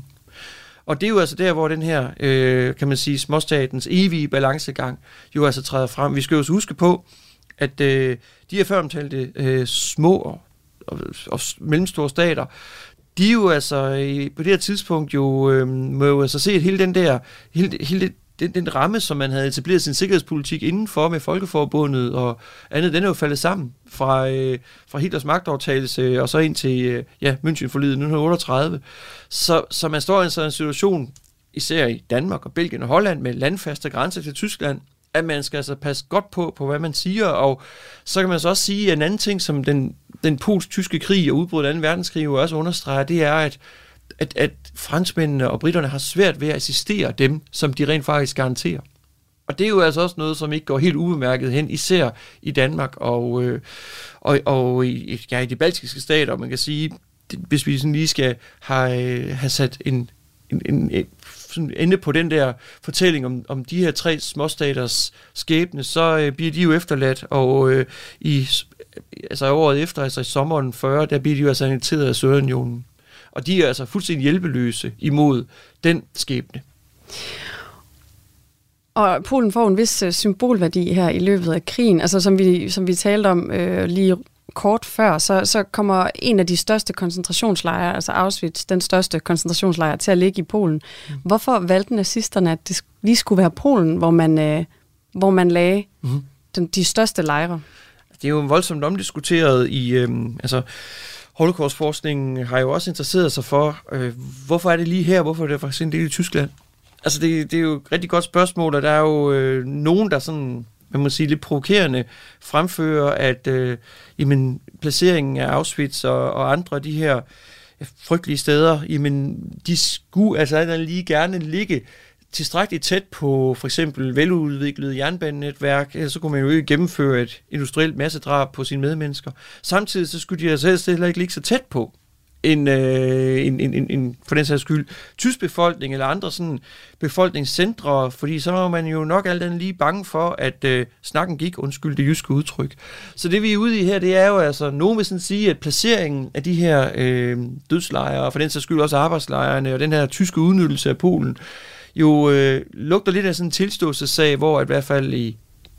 Og det er jo altså der, hvor den her, øh, kan man sige, småstatens evige balancegang jo altså træder frem. Vi skal jo også huske på, at øh, de her føromtalte øh, små og, og, og mellemstore stater, de er jo altså øh, på det her tidspunkt jo, øh, må jo altså se, at hele den der, hele, hele den, den ramme, som man havde etableret sin sikkerhedspolitik indenfor med Folkeforbundet og andet, den er jo faldet sammen fra, øh, fra Hitlers magtovertagelse og så ind til øh, ja, Münchenforliget nitten otteogtredive. Så, så man står i en sådan situation, især i Danmark og Belgien og Holland, med landfaste grænser til Tyskland, at man skal altså passe godt på, på hvad man siger, og så kan man så også sige, at en anden ting, som den, den polsk-tyske krig og udbruddet af anden verdenskrig jo også understreger, det er, at, at, at franskmændene og britterne har svært ved at assistere dem, som de rent faktisk garanterer. Og det er jo altså også noget, som ikke går helt ubemærket hen, især i Danmark og, øh, og, og i, ja, i de baltiske stater. Man kan sige, hvis vi sådan lige skal have, have sat en, en, en, en ende på den der fortælling om, om de her tre småstaters skæbne, så øh, bliver de jo efterladt, og øh, i altså året efter, altså i sommeren fyrre, der bliver de jo altså annekteret af Sovjetunionen. Og de er altså fuldstændig hjælpeløse imod den skæbne. Og Polen får en vis symbolværdi her i løbet af krigen. Altså som vi, som vi talte om øh, lige kort før, så, så kommer en af de største koncentrationslejre, altså Auschwitz, den største koncentrationslejr, til at ligge i Polen. Mm. Hvorfor valgte nazisterne, at det lige skulle være Polen, hvor man, øh, hvor man lagde mm. den, de største lejre? Det er jo voldsomt omdiskuteret i... Øh, altså Holocaust-forskningen har jo også interesseret sig for, øh, hvorfor er det lige her, hvorfor er det faktisk en del i Tyskland? Altså det, det er jo et rigtig godt spørgsmål, og der er jo øh, nogen, der sådan, man må sige, lidt provokerende fremfører, at øh, jamen, placeringen af Auschwitz og, og andre af de her frygtelige steder, jamen, de skulle altså lige gerne ligge tilstrækkeligt tæt på for eksempel veludviklet jernbanenetværk, så kunne man jo ikke gennemføre et industrielt massedrab på sine medmennesker. Samtidig så skulle de altså helst heller ikke ligge så tæt på en, øh, en, en, en for den sags skyld, tysk befolkning eller andre sådan befolkningscentre, fordi så var man jo nok alt andet lige bange for, at øh, snakken gik, undskyld det jyske udtryk. Så det vi er ude i her, det er jo altså, nogen vil sådan sige, at placeringen af de her øh, dødslejre, og for den sags skyld også arbejdslejrene, og den her tyske udnyttelse af Polen, jo øh, lugter lidt af sådan en tilståelsessag, hvor at i hvert fald i,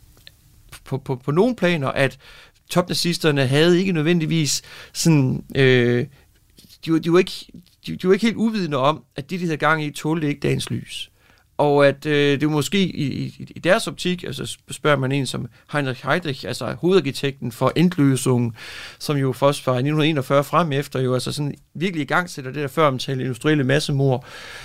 på, på, på nogle planer, at topnazisterne havde ikke nødvendigvis sådan, øh, de, de, var ikke, de, de var ikke helt uvidende om, at de, de havde gang i, tålte ikke dagens lys. Og at øh, det var måske i, i, i deres optik, altså spørger man en som Heinrich Heydrich, altså hovedarkitekten for Endlösung, som jo først fra nitten enogfyrre frem efter, jo altså sådan virkelig i gang sætter det der før omtalte industrielle massemord.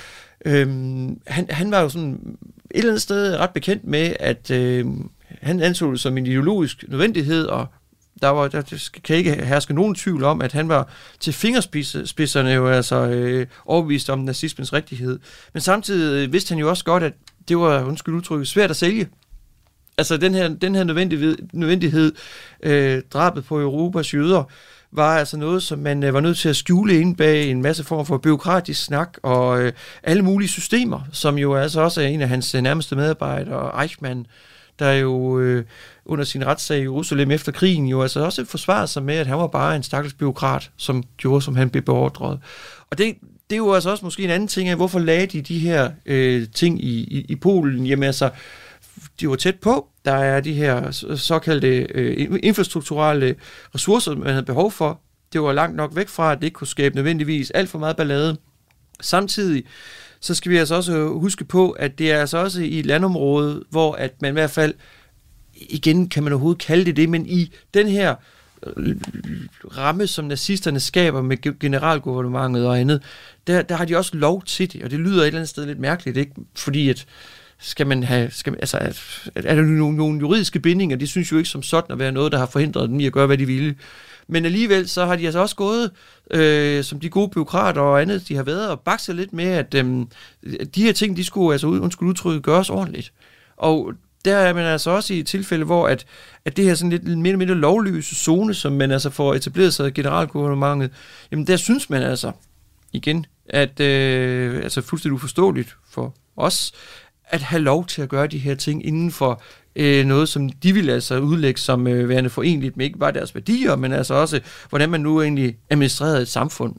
Øhm, han, han var jo sådan et eller andet sted ret bekendt med, at øh, han anså det som en ideologisk nødvendighed, og der, var, der kan ikke herske nogen tvivl om, at han var til fingerspidserne jo altså øh, overbevist om nazismens rigtighed. Men samtidig vidste han jo også godt, at det var, undskyld udtrykket, svært at sælge. Altså den her, den her nødvendighed, nødvendighed øh, drabet på Europas jøder, var altså noget, som man øh, var nødt til at skjule ind bag en masse form for bureaukratisk snak og øh, alle mulige systemer, som jo altså også er en af hans øh, nærmeste medarbejdere, Eichmann, der jo øh, under sin retssag i Jerusalem efter krigen jo altså også forsvarede sig med, at han var bare en stakkels bureaukrat, som gjorde, som han blev beordret. Og det, det er jo altså også måske en anden ting af, hvorfor lagde de de her øh, ting i, i, i Polen? Jamen altså, de var tæt på. Der er de her såkaldte øh, infrastrukturelle ressourcer, man havde behov for. Det var langt nok væk fra, at det ikke kunne skabe nødvendigvis alt for meget ballade. Samtidig så skal vi altså også huske på, at det er altså også i et landområde, hvor at man i hvert fald, igen kan man overhovedet kalde det det, men i den her ramme, som nazisterne skaber med generalgouvernementet og andet, der, der har de også lov til det, og det lyder et eller andet sted lidt mærkeligt, ikke? Fordi at skal man have, skal, altså, er der nogle, nogle juridiske bindinger, det synes jo ikke som sådan at være noget, der har forhindret dem i at gøre, hvad de ville. Men alligevel, så har de altså også gået, øh, som de gode bureaukrater og andet, de har været og bakset lidt med, at øh, de her ting, de skulle, altså undskyld udtrykket, gøres ordentligt. Og der er man altså også i et tilfælde, hvor at, at det her sådan lidt mere mindre lovløse zone, som man altså får etableret sig i generalgouvernementet, jamen der synes man altså, igen, at øh, altså fuldstændig uforståeligt for os, at have lov til at gøre de her ting inden for øh, noget, som de vil altså udlægge som øh, værende forenligt med ikke bare deres værdier, men altså også, hvordan man nu egentlig administrerede et samfund.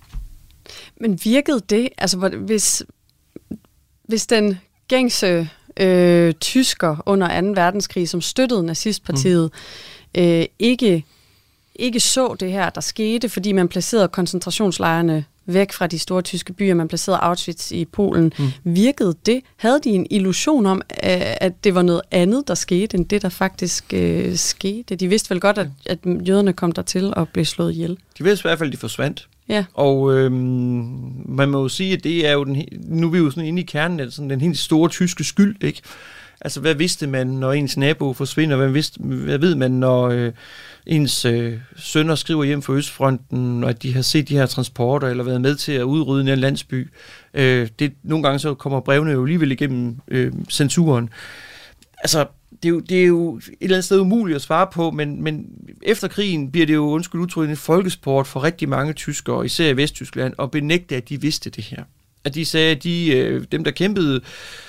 Men virkede det, altså hvis, hvis den gængse øh, tysker under anden verdenskrig, som støttede nazistpartiet, mm. øh, ikke, ikke så det her, der skete, fordi man placerede koncentrationslejrene væk fra de store tyske byer, man placerede Auschwitz i Polen. Mm. Virkede det? Havde de en illusion om, at det var noget andet, der skete, end det, der faktisk øh, skete? De vidste vel godt, at, at jøderne kom dertil og blev slået ihjel. De vidste i hvert fald, at de forsvandt. Ja. Og øhm, man må jo sige, at det er jo den, nu er vi jo sådan inde i kernen af sådan den helt store tyske skyld, ikke? Altså, hvad vidste man, når ens nabo forsvinder? Hvad, vidste, hvad ved man, når øh, ens øh, sønner skriver hjem fra Østfronten, og at de har set de her transporter, eller været med til at udrydde en landsby? Øh, det, nogle gange så kommer brevene jo alligevel igennem øh, censuren. Altså, det er, jo, det er jo et eller andet sted umuligt at svare på, men, men efter krigen bliver det jo, undskyld udtrykt, en folkesport for rigtig mange tyskere, især i Vesttyskland, at benægte, at de vidste det her. At de sagde, at de, øh, dem, der kæmpede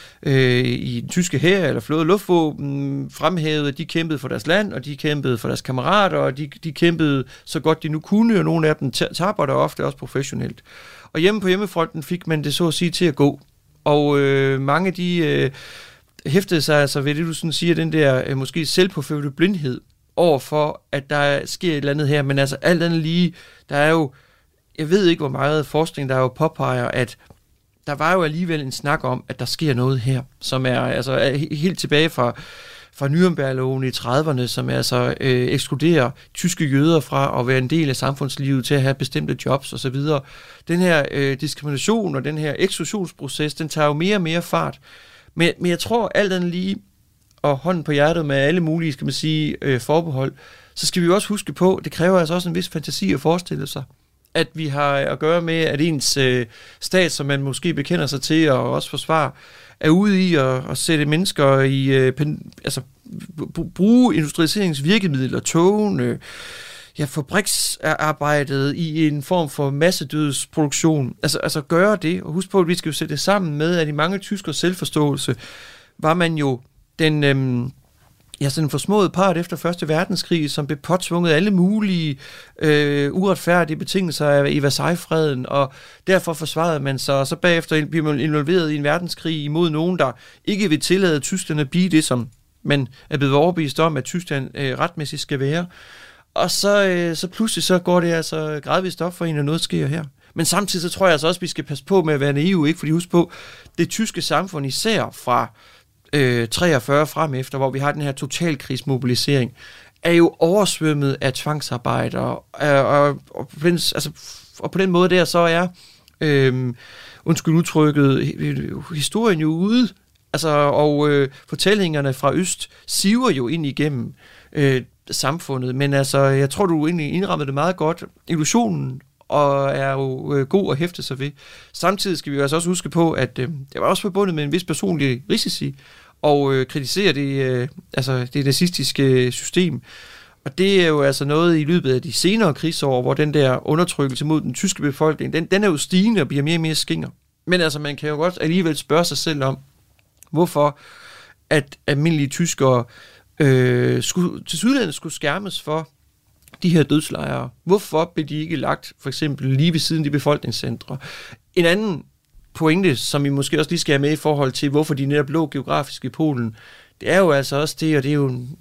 øh, i den tyske hær eller flåde luftvåben, fremhævede, at de kæmpede for deres land, og de kæmpede for deres kammerater, og de, de kæmpede så godt de nu kunne, og nogle af dem taber der ofte også professionelt. Og hjemme på hjemmefronten fik man det så at sige til at gå. Og øh, mange af de øh, hæftede sig altså ved det, du sådan siger, den der øh, måske selvpåførte blindhed overfor, at der sker et eller andet her, men altså alt andet lige, der er jo, jeg ved ikke hvor meget forskning, der jo påpeger, at der var jo alligevel en snak om, at der sker noget her, som er altså er helt tilbage fra, fra Nürnbergloven i trediverne, som altså øh, ekskluderer tyske jøder fra at være en del af samfundslivet til at have bestemte jobs osv. Den her øh, diskrimination og den her eksklusionsproces, den tager jo mere og mere fart. Men, men jeg tror alt andet lige, og hånden på hjertet med alle mulige, skal man sige, øh, forbehold, så skal vi jo også huske på, det kræver altså også en vis fantasi at forestille sig, at vi har at gøre med, at ens øh, stat, som man måske bekender sig til og også forsvarer, er ude i at, at sætte mennesker i, øh, pen, altså bruge industrialiseringsvirkemidler, togene, øh, ja, fabriksarbejdet i en form for massedødsproduktion. Altså, altså gøre det, og husk på, at vi skal jo sætte det sammen med, at i mange tyskers selvforståelse var man jo den øhm, ja, sådan en forsmået part efter første verdenskrig, som blev påtvunget alle mulige øh, uretfærdige betingelser i Versailles-freden, og derfor forsvarede man sig, og så bagefter blev man involveret i en verdenskrig imod nogen, der ikke vil tillade Tyskland at blive det, som man er blevet overbevist om, at Tyskland øh, retmæssigt skal være. Og så, øh, så pludselig så går det altså gradvist op for en, og noget sker her. Men samtidig så tror jeg altså også, at vi skal passe på med at være naive, ikke? Fordi husk på, det tyske samfund især fra øh, treogfyrre frem efter, hvor vi har den her totalkrigsmobilisering, er jo oversvømmet af tvangsarbejder. Og, og, og, på den, altså, og på den måde der, så er, øh, undskyld udtrykket, historien jo ude. Altså, og øh, fortællingerne fra Øst siver jo ind igennem øh, samfundet, men altså, jeg tror, du egentlig indrammede det meget godt. Illusionen og er jo øh, god at hæfte sig ved. Samtidig skal vi jo altså også huske på, at øh, det var også forbundet med en vis personlig risici og øh, kritisere det, øh, altså det nazistiske system. Og det er jo altså noget i løbet af de senere krigsår, hvor den der undertrykkelse mod den tyske befolkning, den, den er jo stigende og bliver mere og mere skinger. Men altså, man kan jo godt alligevel spørge sig selv om, hvorfor at almindelige tyskere øh, skulle, til sydlandet skulle skærmes for de her dødslejre. Hvorfor blev de ikke lagt for eksempel lige ved siden af de befolkningscentre? En anden pointe, som vi måske også lige skal have med i forhold til, hvorfor de netop lå geografisk i Polen, det er jo altså også det, og det er jo en,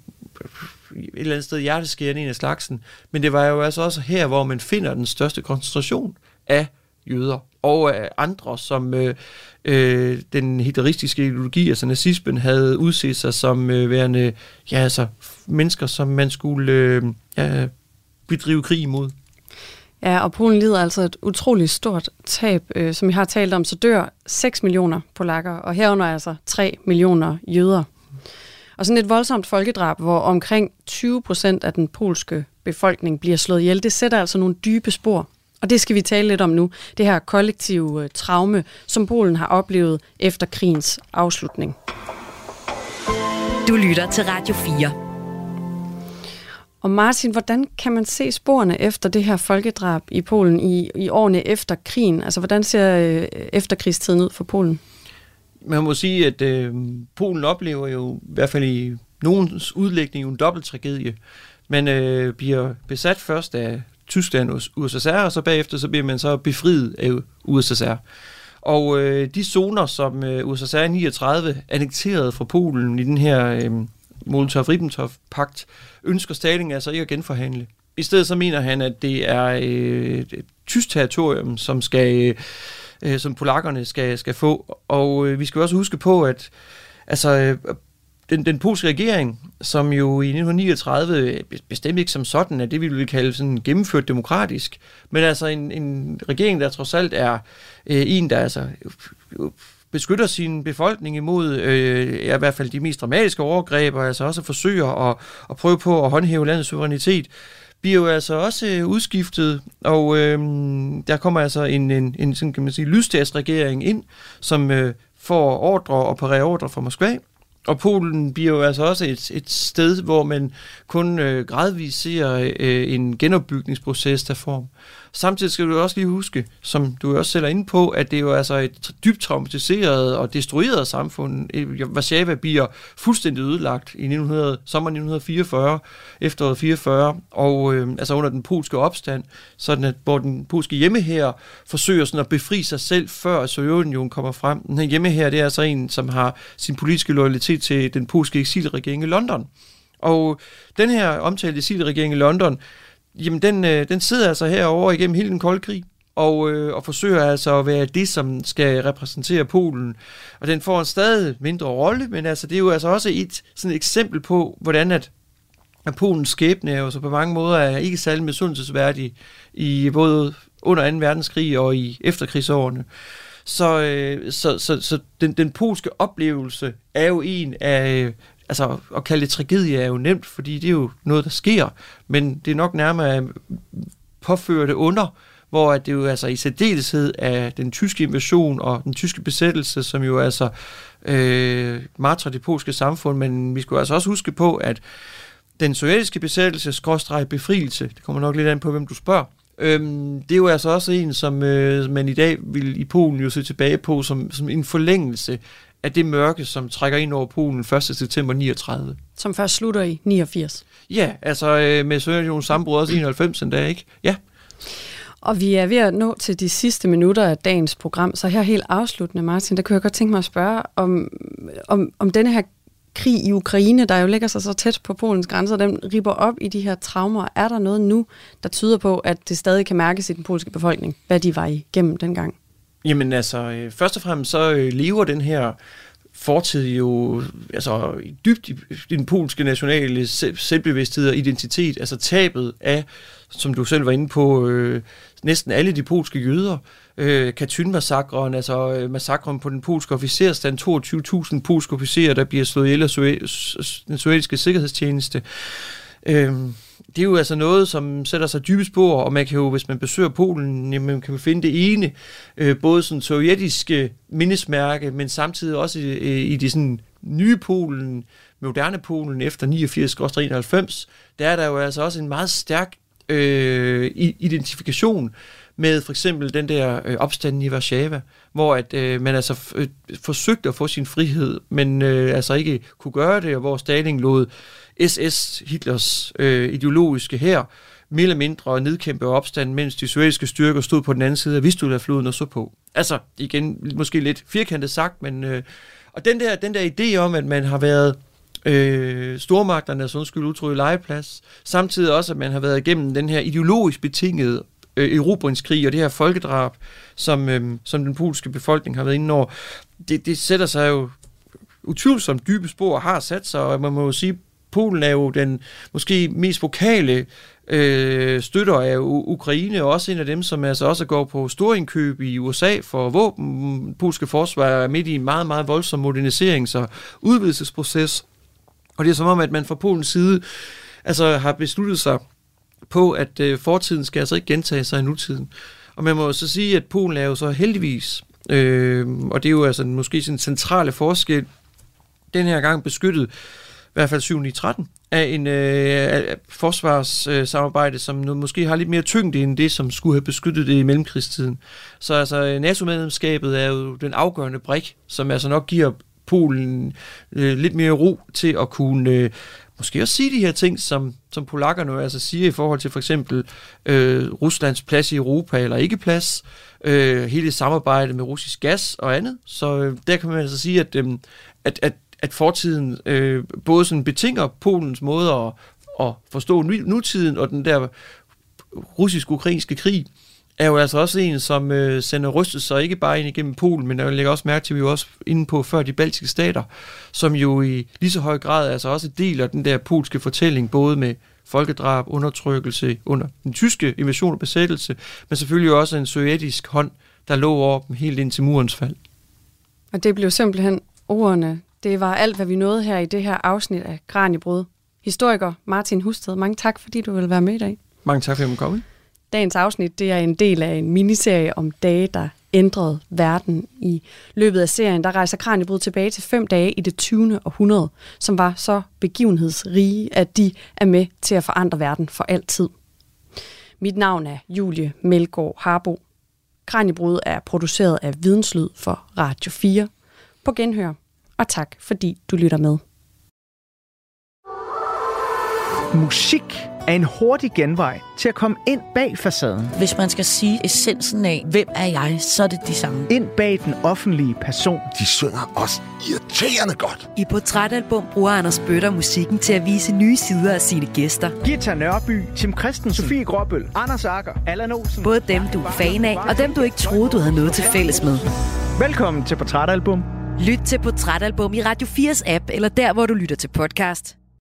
et eller andet sted hjerteskærende en af slagsen, men det var jo altså også her, hvor man finder den største koncentration af jøder og af andre, som øh, øh, den hitleristiske ideologi, altså nazismen, havde udset sig som øh, værende ja, altså, mennesker, som man skulle øh, ja, bedrive krig imod. Ja, og Polen lider altså et utroligt stort tab. Øh, som vi har talt om, så dør seks millioner polakker, og herunder altså tre millioner jøder. Og sådan et voldsomt folkedrab, hvor omkring tyve procent af den polske befolkning bliver slået ihjel, det sætter altså nogle dybe spor. Og det skal vi tale lidt om nu. Det her kollektive traume, som Polen har oplevet efter krigens afslutning. Du lytter til Radio fire. Og Martin, hvordan kan man se sporene efter det her folkedrab i Polen i, i årene efter krigen? Altså, hvordan ser øh, efterkrigstiden ud for Polen? Man må sige, at øh, Polen oplever jo, i hvert fald i nogens udlægning, en dobbelt tragedie. Man øh, bliver besat først af Tyskland og U S S R, og så bagefter så bliver man så befriet af U S S R. Og øh, de zoner, som øh, U S S R i niogtredive annekterede fra Polen i den her øh, Molotov-Ribbentrop-pagt, ønsker Stalin altså ikke at genforhandle. I stedet så mener han, at det er øh, et tysk territorium, som skal, øh, som polakkerne skal, skal få. Og øh, vi skal også huske på, at altså, øh, den, den polske regering, som jo i nitten niogtredive bestemt ikke som sådan, at det vi vil kalde sådan gennemført demokratisk, men altså en, en regering, der trods alt er øh, en, der altså beskytter sin befolkning imod øh, ja, i hvert fald de mest dramatiske overgreb, og altså også forsøger at, at prøve på at håndhæve landets suverænitet, bliver jo altså også øh, udskiftet, og øh, der kommer altså en, en, en sådan kan man sige, lydstatsregering ind, som øh, får ordre og parerer ordre fra Moskva. Og Polen bliver jo altså også et, et sted, hvor man kun øh, gradvist ser øh, en genopbygningsproces der form. Samtidig skal du også lige huske, som du også selv er inde på, at det er jo altså et dybt traumatiseret og destrueret samfund. Warszawa bliver fuldstændig ødelagt i nitten hundrede, sommer nitten fireogfyrre, efteråret fireogfyrre, og øh, altså under den polske opstand, sådan at hvor den polske hjemmehær forsøger sådan at befri sig selv, før Sovjetunionen kommer frem. Den her hjemmehær, det er altså en, som har sin politiske loyalitet til den polske eksilregering i London. Og den her omtalte eksilregering i London, jamen den, den sidder altså herovre igennem hele den kolde krig, og, øh, og forsøger altså at være det, som skal repræsentere Polen. Og den får en stadig mindre rolle, men altså det er jo altså også et sådan et eksempel på, hvordan at, at Polens skæbne er jo så på mange måder er ikke særlig misundelsesværdig i både under anden verdenskrig og i efterkrigsårene. Så, øh, så, så, så den, den polske oplevelse er jo en af... Altså, at kalde det tragedie er jo nemt, fordi det er jo noget, der sker, men det er nok nærmere påførte under, hvor det jo altså i særdeleshed af den tyske invasion og den tyske besættelse, som jo altså øh, martrer det polske samfund, men vi skal altså også huske på, at den sovjetiske besættelse, skråstreg befrielse, det kommer nok lidt an på, hvem du spørger, øhm, det er jo altså også en, som øh, man i dag vil i Polen jo se tilbage på som, som en forlængelse af det mørke, som trækker ind over Polen første september niogtredive. Som først slutter i niogfirs. Ja, altså øh, med Sovjetunionens sammenbrud også i enoghalvfems en dag, ikke? Ja. Og vi er ved at nå til de sidste minutter af dagens program, så her helt afsluttende, Martin, der kunne jeg godt tænke mig at spørge om, om, om denne her krig i Ukraine, der jo ligger sig så tæt på Polens grænser, den ripper op i de her traumer. Er der noget nu, der tyder på, at det stadig kan mærkes i den polske befolkning, hvad de var igennem dengang? Jamen altså, øh, først og fremmest så øh, lever den her fortid jo altså, dybt i, i den polske nationale selv, selvbevidsthed og identitet, altså tabet af, som du selv var inde på, øh, næsten alle de polske jøder, øh, Katyn-massakren, altså øh, massakren på den polske officerstand, toogtyve tusind polske officerer, der bliver slået ihjel af den sovjetiske sikkerhedstjeneste. Øh, Det er jo altså noget, som sætter sig dybe spor, og man kan jo, hvis man besøger Polen, jamen, kan man finde det ene, øh, både sådan sovjetiske mindesmærke, men samtidig også i, i de sådan nye Polen, moderne Polen efter niogfirs til enoghalvfems, der er der jo altså også en meget stærk øh, identifikation med for eksempel den der øh, opstanden i Warszawa, hvor at, øh, man altså f- øh, forsøgte at få sin frihed, men øh, altså ikke kunne gøre det, og hvor Stalin lod S S, Hitlers øh, ideologiske hær, mere eller mindre nedkæmpe opstanden, mens de sovjetiske styrker stod på den anden side af Vistula-floden og så på. Altså, igen, måske lidt firkantet sagt, men... Øh, og den der, den der idé om, at man har været øh, stormagternes, undskyld udtryk, legeplads, samtidig også, at man har været igennem den her ideologisk betingede øh, erobringskrig og det her folkedrab, som, øh, som den polske befolkning har været inde over, det, det sætter sig jo utvivlsomt dybe spor og har sat sig, og man må jo sige, Polen er jo den måske mest vokale øh, støtter af Ukraine, og også en af dem, som altså også går på storindkøb i U S A for våben. Polske forsvar er midt i en meget, meget voldsom moderniserings- og udvidelsesproces. Og det er som om, at man fra Polens side altså, har besluttet sig på, at øh, fortiden skal altså ikke gentage sig i nutiden. Og man må jo så sige, at Polen er jo så heldigvis, øh, og det er jo altså måske sådan en centrale forskel, den her gang beskyttet, i hvert fald syv ni tretten, af en øh, forsvarssamarbejde, øh, som nu måske har lidt mere tyngde end det, som skulle have beskyttet det i mellemkrigstiden. Så altså NATO-medlemskabet er jo den afgørende brik, som altså nok giver Polen øh, lidt mere ro til at kunne øh, måske også sige de her ting, som, som polakkerne altså siger i forhold til for eksempel øh, Ruslands plads i Europa eller ikke plads, øh, hele samarbejdet med russisk gas og andet. Så øh, der kan man altså sige, at, øh, at, at, at fortiden øh, både sådan betinger Polens måde at, at forstå nutiden, og den der russisk-ukrainske krig er jo altså også en, som øh, sender rystelser ikke bare ind igennem Polen, men jeg lægger også mærke til, at vi jo også inde på før de baltiske stater, som jo i lige så høj grad altså også deler den der polske fortælling, både med folkedrab, undertrykkelse under den tyske invasion og besættelse, men selvfølgelig også en sovjetisk hånd, der lå over dem helt ind til murens fald. Og det blev simpelthen ordene. Det var alt, hvad vi nåede her i det her afsnit af Kraniebrud. Historiker Martin Husted, mange tak, fordi du ville være med i dag. Mange tak, for at jeg måtte komme. Dagens afsnit, det er en del af en miniserie om dage, der ændrede verden. I løbet af serien, der rejser Kraniebrud tilbage til fem dage i det tyvende århundrede, som var så begivenhedsrige, at de er med til at forandre verden for altid. Mit navn er Julie Melgaard Harbo. Kraniebrud er produceret af Videnslyd for Radio fire. På genhør, og tak fordi du lytter med. Musik er en hurtig genvej til at komme ind bag facaden. Hvis man skal sige essensen af, hvem er jeg, så er det de samme. Ind bag den offentlige person. De synger også irriterende godt. I Portrætalbum bruger Anders Bøtter musikken til at vise nye sider af sine gæster. Gita Nørby, Tim Christensen, Sofie Gråbøl, Anders Agger, Allan Olsen. Både dem, du er fan af, og dem, du ikke troede, du havde noget til fælles med. Velkommen til Portrætalbum. Lyt til Portrætalbum i Radio fires app, eller der, hvor du lytter til podcast.